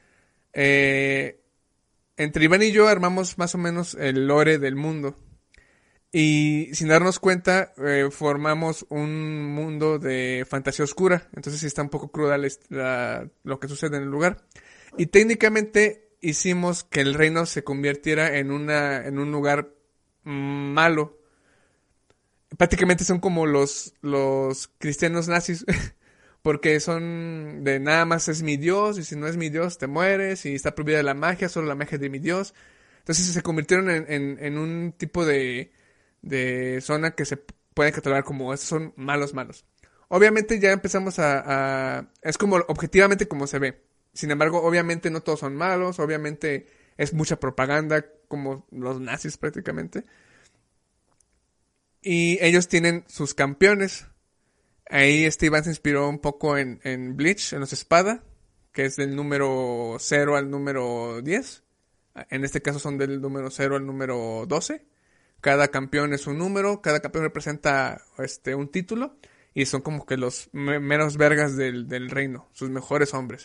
S2: Entre Iván y yo armamos más o menos el lore del mundo. Y sin darnos cuenta, formamos un mundo de fantasía oscura. Entonces sí está un poco cruda lo que sucede en el lugar. Y técnicamente hicimos que el reino se convirtiera en un lugar malo. Prácticamente son como los cristianos nazis. Porque son de nada más es mi Dios. Y si no es mi Dios te mueres. Y está prohibida la magia, solo la magia de mi Dios. Entonces se convirtieron en un tipo de zona que se puede catalogar como estos son malos. Obviamente ya empezamos es como objetivamente como se ve. Sin embargo, obviamente no todos son malos, obviamente es mucha propaganda como los nazis prácticamente. Y ellos tienen sus campeones. Ahí Iván se inspiró un poco en Bleach, en los espada, que es del número 0 al número 10. En este caso son del número 0 al número 12. Cada campeón es un número, cada campeón representa un título Y son como que los meros vergas del reino, sus mejores hombres.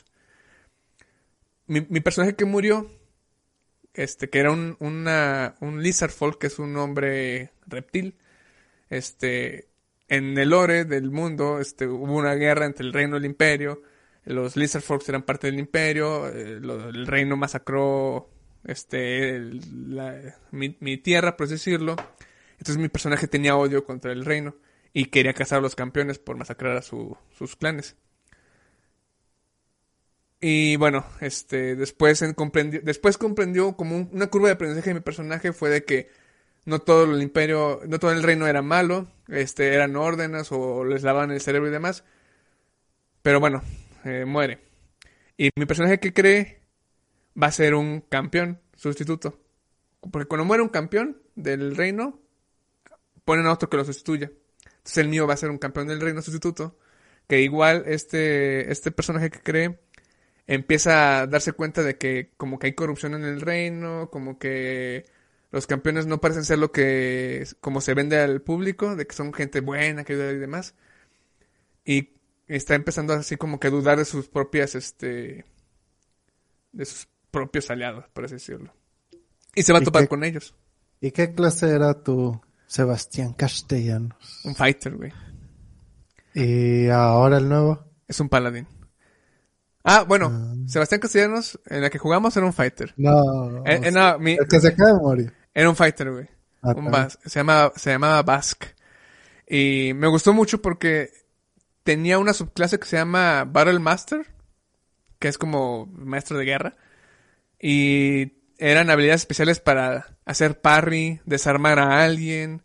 S2: Mi personaje que murió, que era un Lizard Folk, que es un hombre reptil, en el lore del mundo, hubo una guerra entre el reino y el imperio. Los Lizard Folks eran parte del imperio, el reino masacró, mi tierra, por así decirlo. Entonces mi personaje tenía odio contra el reino y quería cazar a los campeones por masacrar a sus clanes. Y bueno, después comprendió como una curva de aprendizaje de mi personaje fue de que no todo el imperio, no todo el reino era malo, eran órdenes o les lavaban el cerebro y demás. Pero bueno, muere. Y mi personaje que cree va a ser un campeón sustituto. Porque cuando muere un campeón del reino, ponen a otro que lo sustituya. Entonces el mío va a ser un campeón del reino sustituto. Que igual este personaje que cree empieza a darse cuenta de que como que hay corrupción en el reino, como que los campeones no parecen ser como se vende al público, de que son gente buena, que ayuda y demás. Y está empezando así como que a dudar de sus propias, de sus propios aliados, por así decirlo. Y se va a topar con ellos.
S3: ¿Y qué clase era tu Sebastián Castellanos?
S2: Un fighter, güey.
S3: ¿Y ahora el nuevo?
S2: Es un paladín. Ah, bueno, Sebastián Castellanos, en la que jugamos, era un fighter.
S3: No.
S2: El
S3: que se acaba de morir.
S2: Era un fighter, güey. Se llamaba Bask. Y me gustó mucho porque tenía una subclase que se llama Battle Master, que es como maestro de guerra. Y eran habilidades especiales para hacer parry, desarmar a alguien.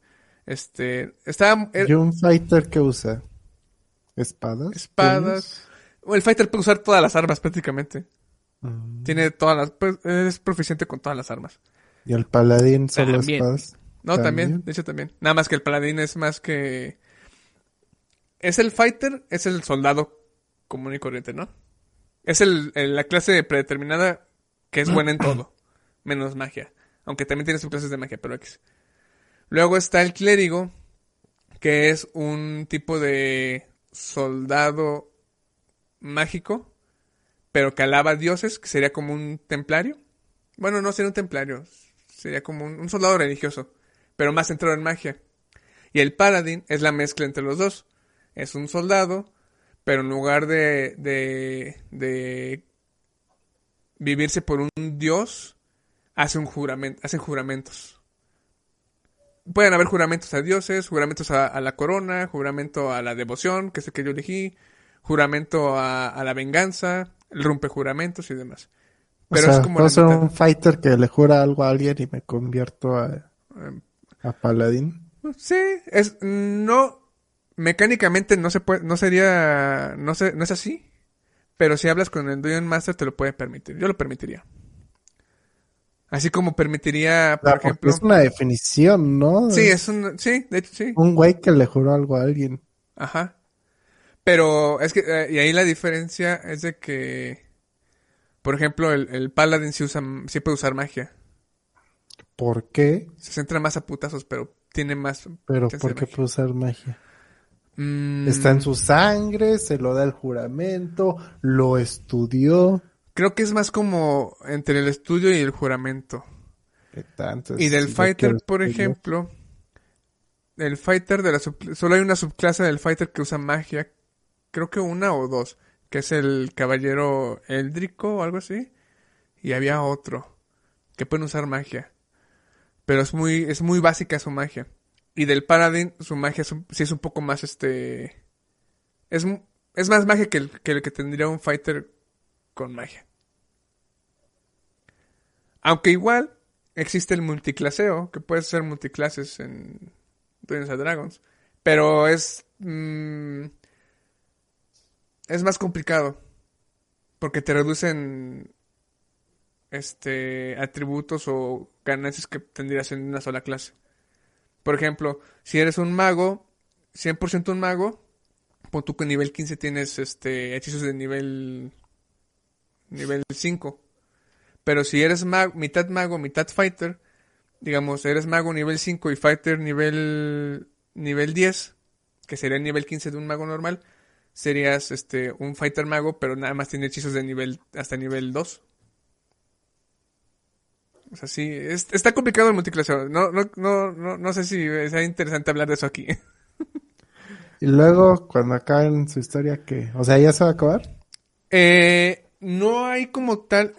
S3: ¿Y un fighter que usa? ¿Espadas?
S2: Espadas. El fighter puede usar todas las armas prácticamente. Tiene es proficiente con todas las armas.
S3: ¿Y el paladín solo
S2: también.
S3: espadas?
S2: No, también, de hecho también. Nada más que el paladín es más que... Es el fighter, es el soldado común y corriente, ¿no? Es la clase predeterminada que es buena en todo, menos magia. Aunque también tiene sus clases de magia, pero X. Luego está el clérigo, que es un tipo de soldado mágico, pero que alaba a dioses, que sería como un templario. Bueno, no sería un templario, sería como un soldado religioso, pero más centrado en magia. Y el paladín es la mezcla entre los dos. Es un soldado, pero en lugar de vivirse por un dios, hacen juramentos. Pueden haber juramentos a dioses, juramentos a la corona, juramento a la devoción, que es el que yo elegí, juramento a la venganza, rompe juramentos y demás. Pero
S3: o sea,
S2: es como
S3: puedo ser un fighter que le jura algo a alguien y me convierto a paladín.
S2: Sí, no, mecánicamente no se puede, no es así, pero si hablas con el Dungeon Master te lo puede permitir, yo lo permitiría. Así como permitiría, por ejemplo...
S3: Es una definición, ¿no?
S2: Sí, sí, de hecho sí.
S3: Un güey que le juró algo a alguien.
S2: Ajá. Pero es que, y ahí la diferencia es de que, por ejemplo, el Paladin sí puede usar magia.
S3: ¿Por qué?
S2: Se centra más a putazos, pero tiene más...
S3: ¿Pero por qué puede usar magia? Está en su sangre, se lo da el juramento, lo estudió.
S2: Creo que es más como entre el estudio y el juramento. Y del fighter, por ejemplo, el fighter solo hay una subclase del fighter que usa magia. Creo que una o dos, que es el caballero éldrico o algo así. Y había otro que pueden usar magia. Pero es muy básica su magia. Y del paladín, su magia sí es un poco más es más magia que el que tendría un fighter con magia. Aunque igual existe el multiclaseo, que puedes hacer multiclases en Dungeons and Dragons. Pero es más complicado. Porque te reducen atributos o ganancias que tendrías en una sola clase. Por ejemplo, si eres un mago, 100% un mago, pon tú que en nivel 15 tienes hechizos de nivel 5. Pero si eres mago, mitad fighter, digamos, eres mago nivel 5 y fighter nivel 10, que sería el nivel 15 de un mago normal, serías un fighter mago, pero nada más tiene hechizos de nivel hasta nivel 2. O sea, sí, está complicado el multiclaseo. No sé si sea interesante hablar de eso aquí.
S3: Y luego, cuando acaben su historia, ¿qué? O sea, ¿ya se va a acabar?
S2: No hay como tal,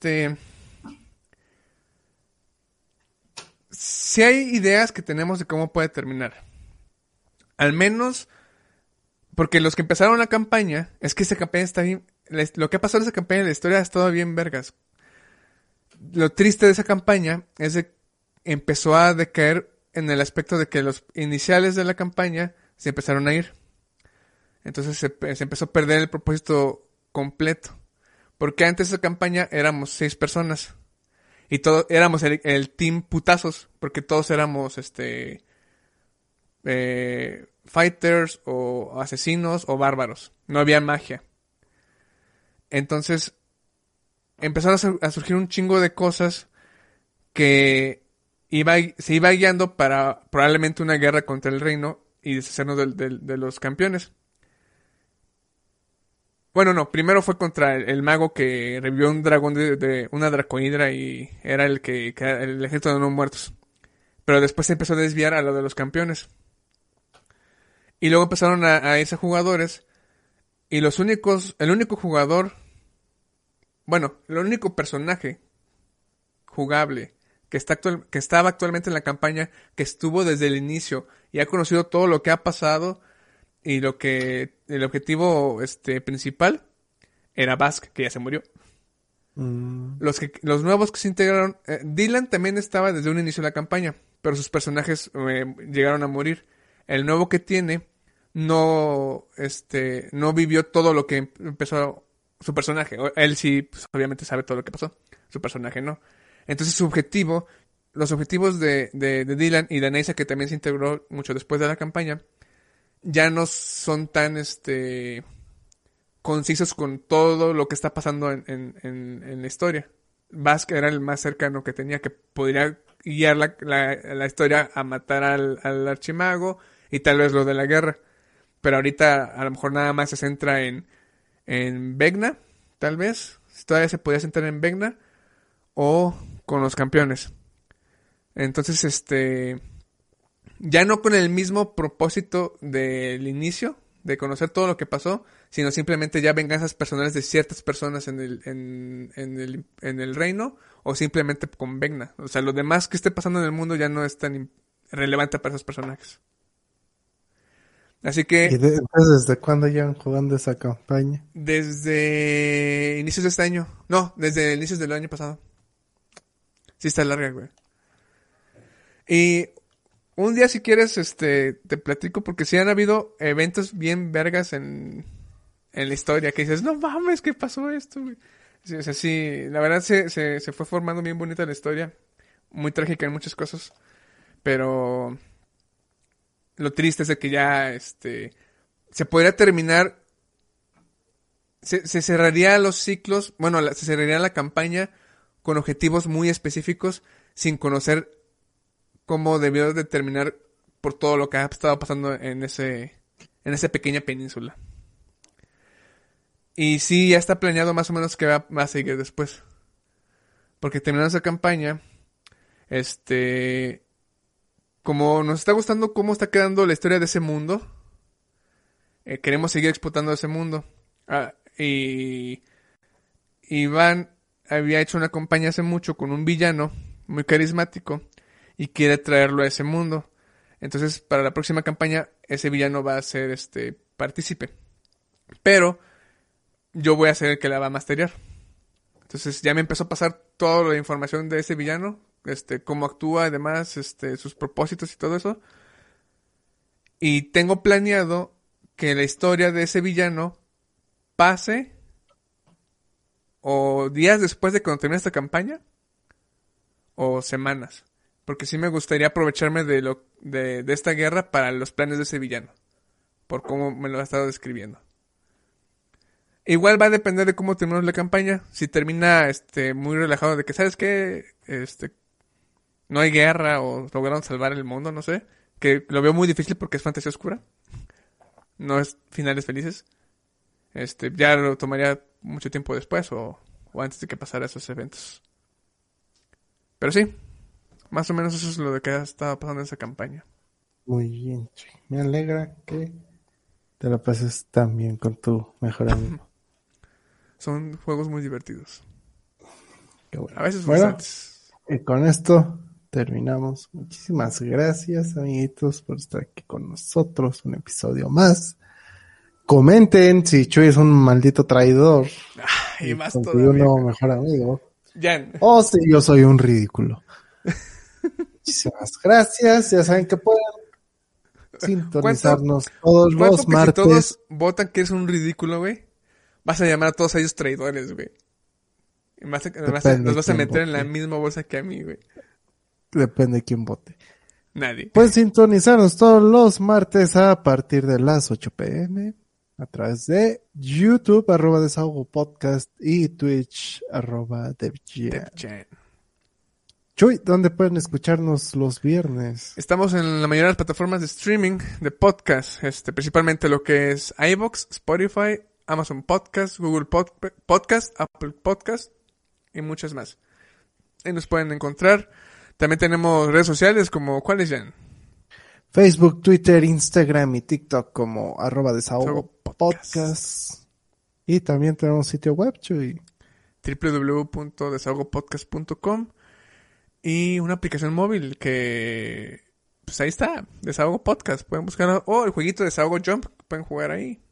S2: sí hay ideas que tenemos de cómo puede terminar. Al menos, porque los que empezaron la campaña, es que esa campaña está bien, lo que ha pasado en esa campaña, la historia ha estado bien vergas. Lo triste de esa campaña es de empezó a decaer en el aspecto de que los iniciales de la campaña se empezaron a ir. Entonces se empezó a perder el propósito completo. Porque antes de esa campaña éramos 6 personas. Y todos éramos el team putazos. Porque todos éramos fighters o asesinos o bárbaros. No había magia. Entonces empezaron a surgir un chingo de cosas que se iba guiando para probablemente una guerra contra el reino y deshacernos de los campeones. Bueno, no, primero fue contra el mago que revivió un dragón de una dracohidra y era el el ejército de no muertos. Pero después se empezó a desviar a lo de los campeones. Y luego empezaron a irse jugadores y el único jugador, bueno, el único personaje jugable que estaba actualmente en la campaña, que estuvo desde el inicio y ha conocido todo lo que ha pasado y el objetivo principal era Bask, que ya se murió. Los nuevos que se integraron, Dylan también estaba desde un inicio de la campaña, pero sus personajes llegaron a morir. El nuevo que tiene no vivió todo lo que empezó su personaje. Él sí, pues, obviamente sabe todo lo que pasó. Su personaje no. Entonces los objetivos de Dylan y de Anaisa, que también se integró mucho después de la campaña, ya no son tan concisos con todo lo que está pasando en la historia. Bask era el más cercano que tenía, que podría guiar la historia a matar al archimago y tal vez lo de la guerra. Pero ahorita a lo mejor nada más se centra en Vecna, tal vez. Todavía se podía centrar en Vecna o con los campeones. Entonces, ya no con el mismo propósito del inicio, de conocer todo lo que pasó, sino simplemente ya venganzas personales de ciertas personas en el reino, o simplemente con Vecna. O sea, lo demás que esté pasando en el mundo ya no es tan relevante para esos personajes. Así que...
S3: Entonces, ¿desde cuándo llevan jugando esa campaña?
S2: Desde inicios de este año. No, desde inicios del año pasado. Sí está larga, güey. Y un día, si quieres, te platico, porque sí han habido eventos bien vergas en la historia, que dices, no mames, ¿qué pasó esto, güey? Sí, o sea, sí, la verdad se fue formando bien bonita la historia. Muy trágica en muchas cosas. Pero lo triste es de que ya, se podría terminar, se cerraría los ciclos, bueno, se cerraría la campaña con objetivos muy específicos, sin conocer cómo debió de terminar por todo lo que ha estado pasando en esa pequeña península. Y sí, ya está planeado más o menos que va a seguir después. Porque terminando esa campaña, como nos está gustando cómo está quedando la historia de ese mundo, queremos seguir explotando ese mundo. Y Iván había hecho una campaña hace mucho con un villano muy carismático y quiere traerlo a ese mundo. Entonces, para la próxima campaña, ese villano va a ser partícipe. Pero yo voy a ser el que la va a masterear. Entonces ya me empezó a pasar toda la información de ese villano, cómo actúa, además, sus propósitos y todo eso. Y tengo planeado que la historia de ese villano pase o días después de cuando termine esta campaña o semanas. Porque sí me gustaría aprovecharme de esta guerra para los planes de ese villano. Por cómo me lo ha estado describiendo. Igual va a depender de cómo terminamos la campaña. Si termina muy relajado de que, ¿sabes qué? No hay guerra o lograron salvar el mundo, no sé. Que lo veo muy difícil porque es fantasía oscura. no es finales felices. Ya lo tomaría mucho tiempo después o antes de que pasara esos eventos. Pero sí, más o menos eso es lo de que ha estado pasando en esa campaña.
S3: Muy bien, Chuy. Me alegra que te lo pases tan bien con tu mejor amigo.
S2: Son juegos muy divertidos.
S3: Qué bueno.
S2: A veces
S3: Bueno,
S2: frustrantes.
S3: con esto terminamos. Muchísimas gracias, amiguitos, por estar aquí con nosotros. Un episodio más. Comenten si Chuy es un maldito traidor
S2: Y más
S3: consiguió un
S2: todavía.
S3: nuevo mejor amigo.
S2: Jan,
S3: O si yo soy un ridículo. Muchísimas gracias. Ya saben que pueden sintonizarnos todos
S2: ¿cuánto
S3: los
S2: que si
S3: martes.
S2: todos votan que es un ridículo, güey? Vas a llamar a todos ellos traidores, güey. Y
S3: Depende
S2: los vas a
S3: quién
S2: meter en la
S3: vote.
S2: misma bolsa que a mí, güey.
S3: Depende de quién vote.
S2: Nadie.
S3: Pueden sintonizarnos todos los martes a partir de las 8 p.m. a través de YouTube, @Desahogo Podcast y Twitch, @DevGen.
S2: Jan.
S3: Chuy, ¿dónde pueden escucharnos los viernes?
S2: Estamos en la mayoría de las plataformas de streaming de podcast, principalmente lo que es iVoox, Spotify, Amazon Podcast, Google Podcast, Apple Podcast y muchas más. Ahí nos pueden encontrar. También tenemos redes sociales como ¿cuáles, Jan?
S3: Facebook, Twitter, Instagram y TikTok como @Desahogo
S2: Desahogo
S3: Podcast. Y también tenemos sitio web, Chuy.
S2: www.desahogopodcast.com y una aplicación móvil que pues ahí está, Desahogo Podcast, pueden buscar el jueguito de Desahogo Jump, pueden jugar ahí.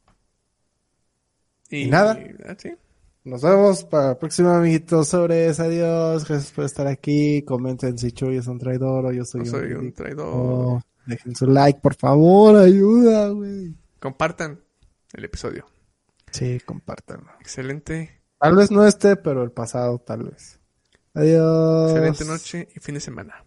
S3: Y nada.
S2: ¿sí?
S3: Nos vemos para la próxima, amiguitos. Sobres, adiós. Gracias por estar aquí. Comenten si Chuy es un traidor o yo soy,
S2: Soy un
S3: ridículo.
S2: traidor.
S3: Dejen su like, por favor. Ayuda, güey.
S2: Compartan el episodio.
S3: Sí, compártanlo.
S2: Excelente.
S3: Tal vez no pero el pasado tal vez. Adiós.
S2: Excelente noche y fin de semana.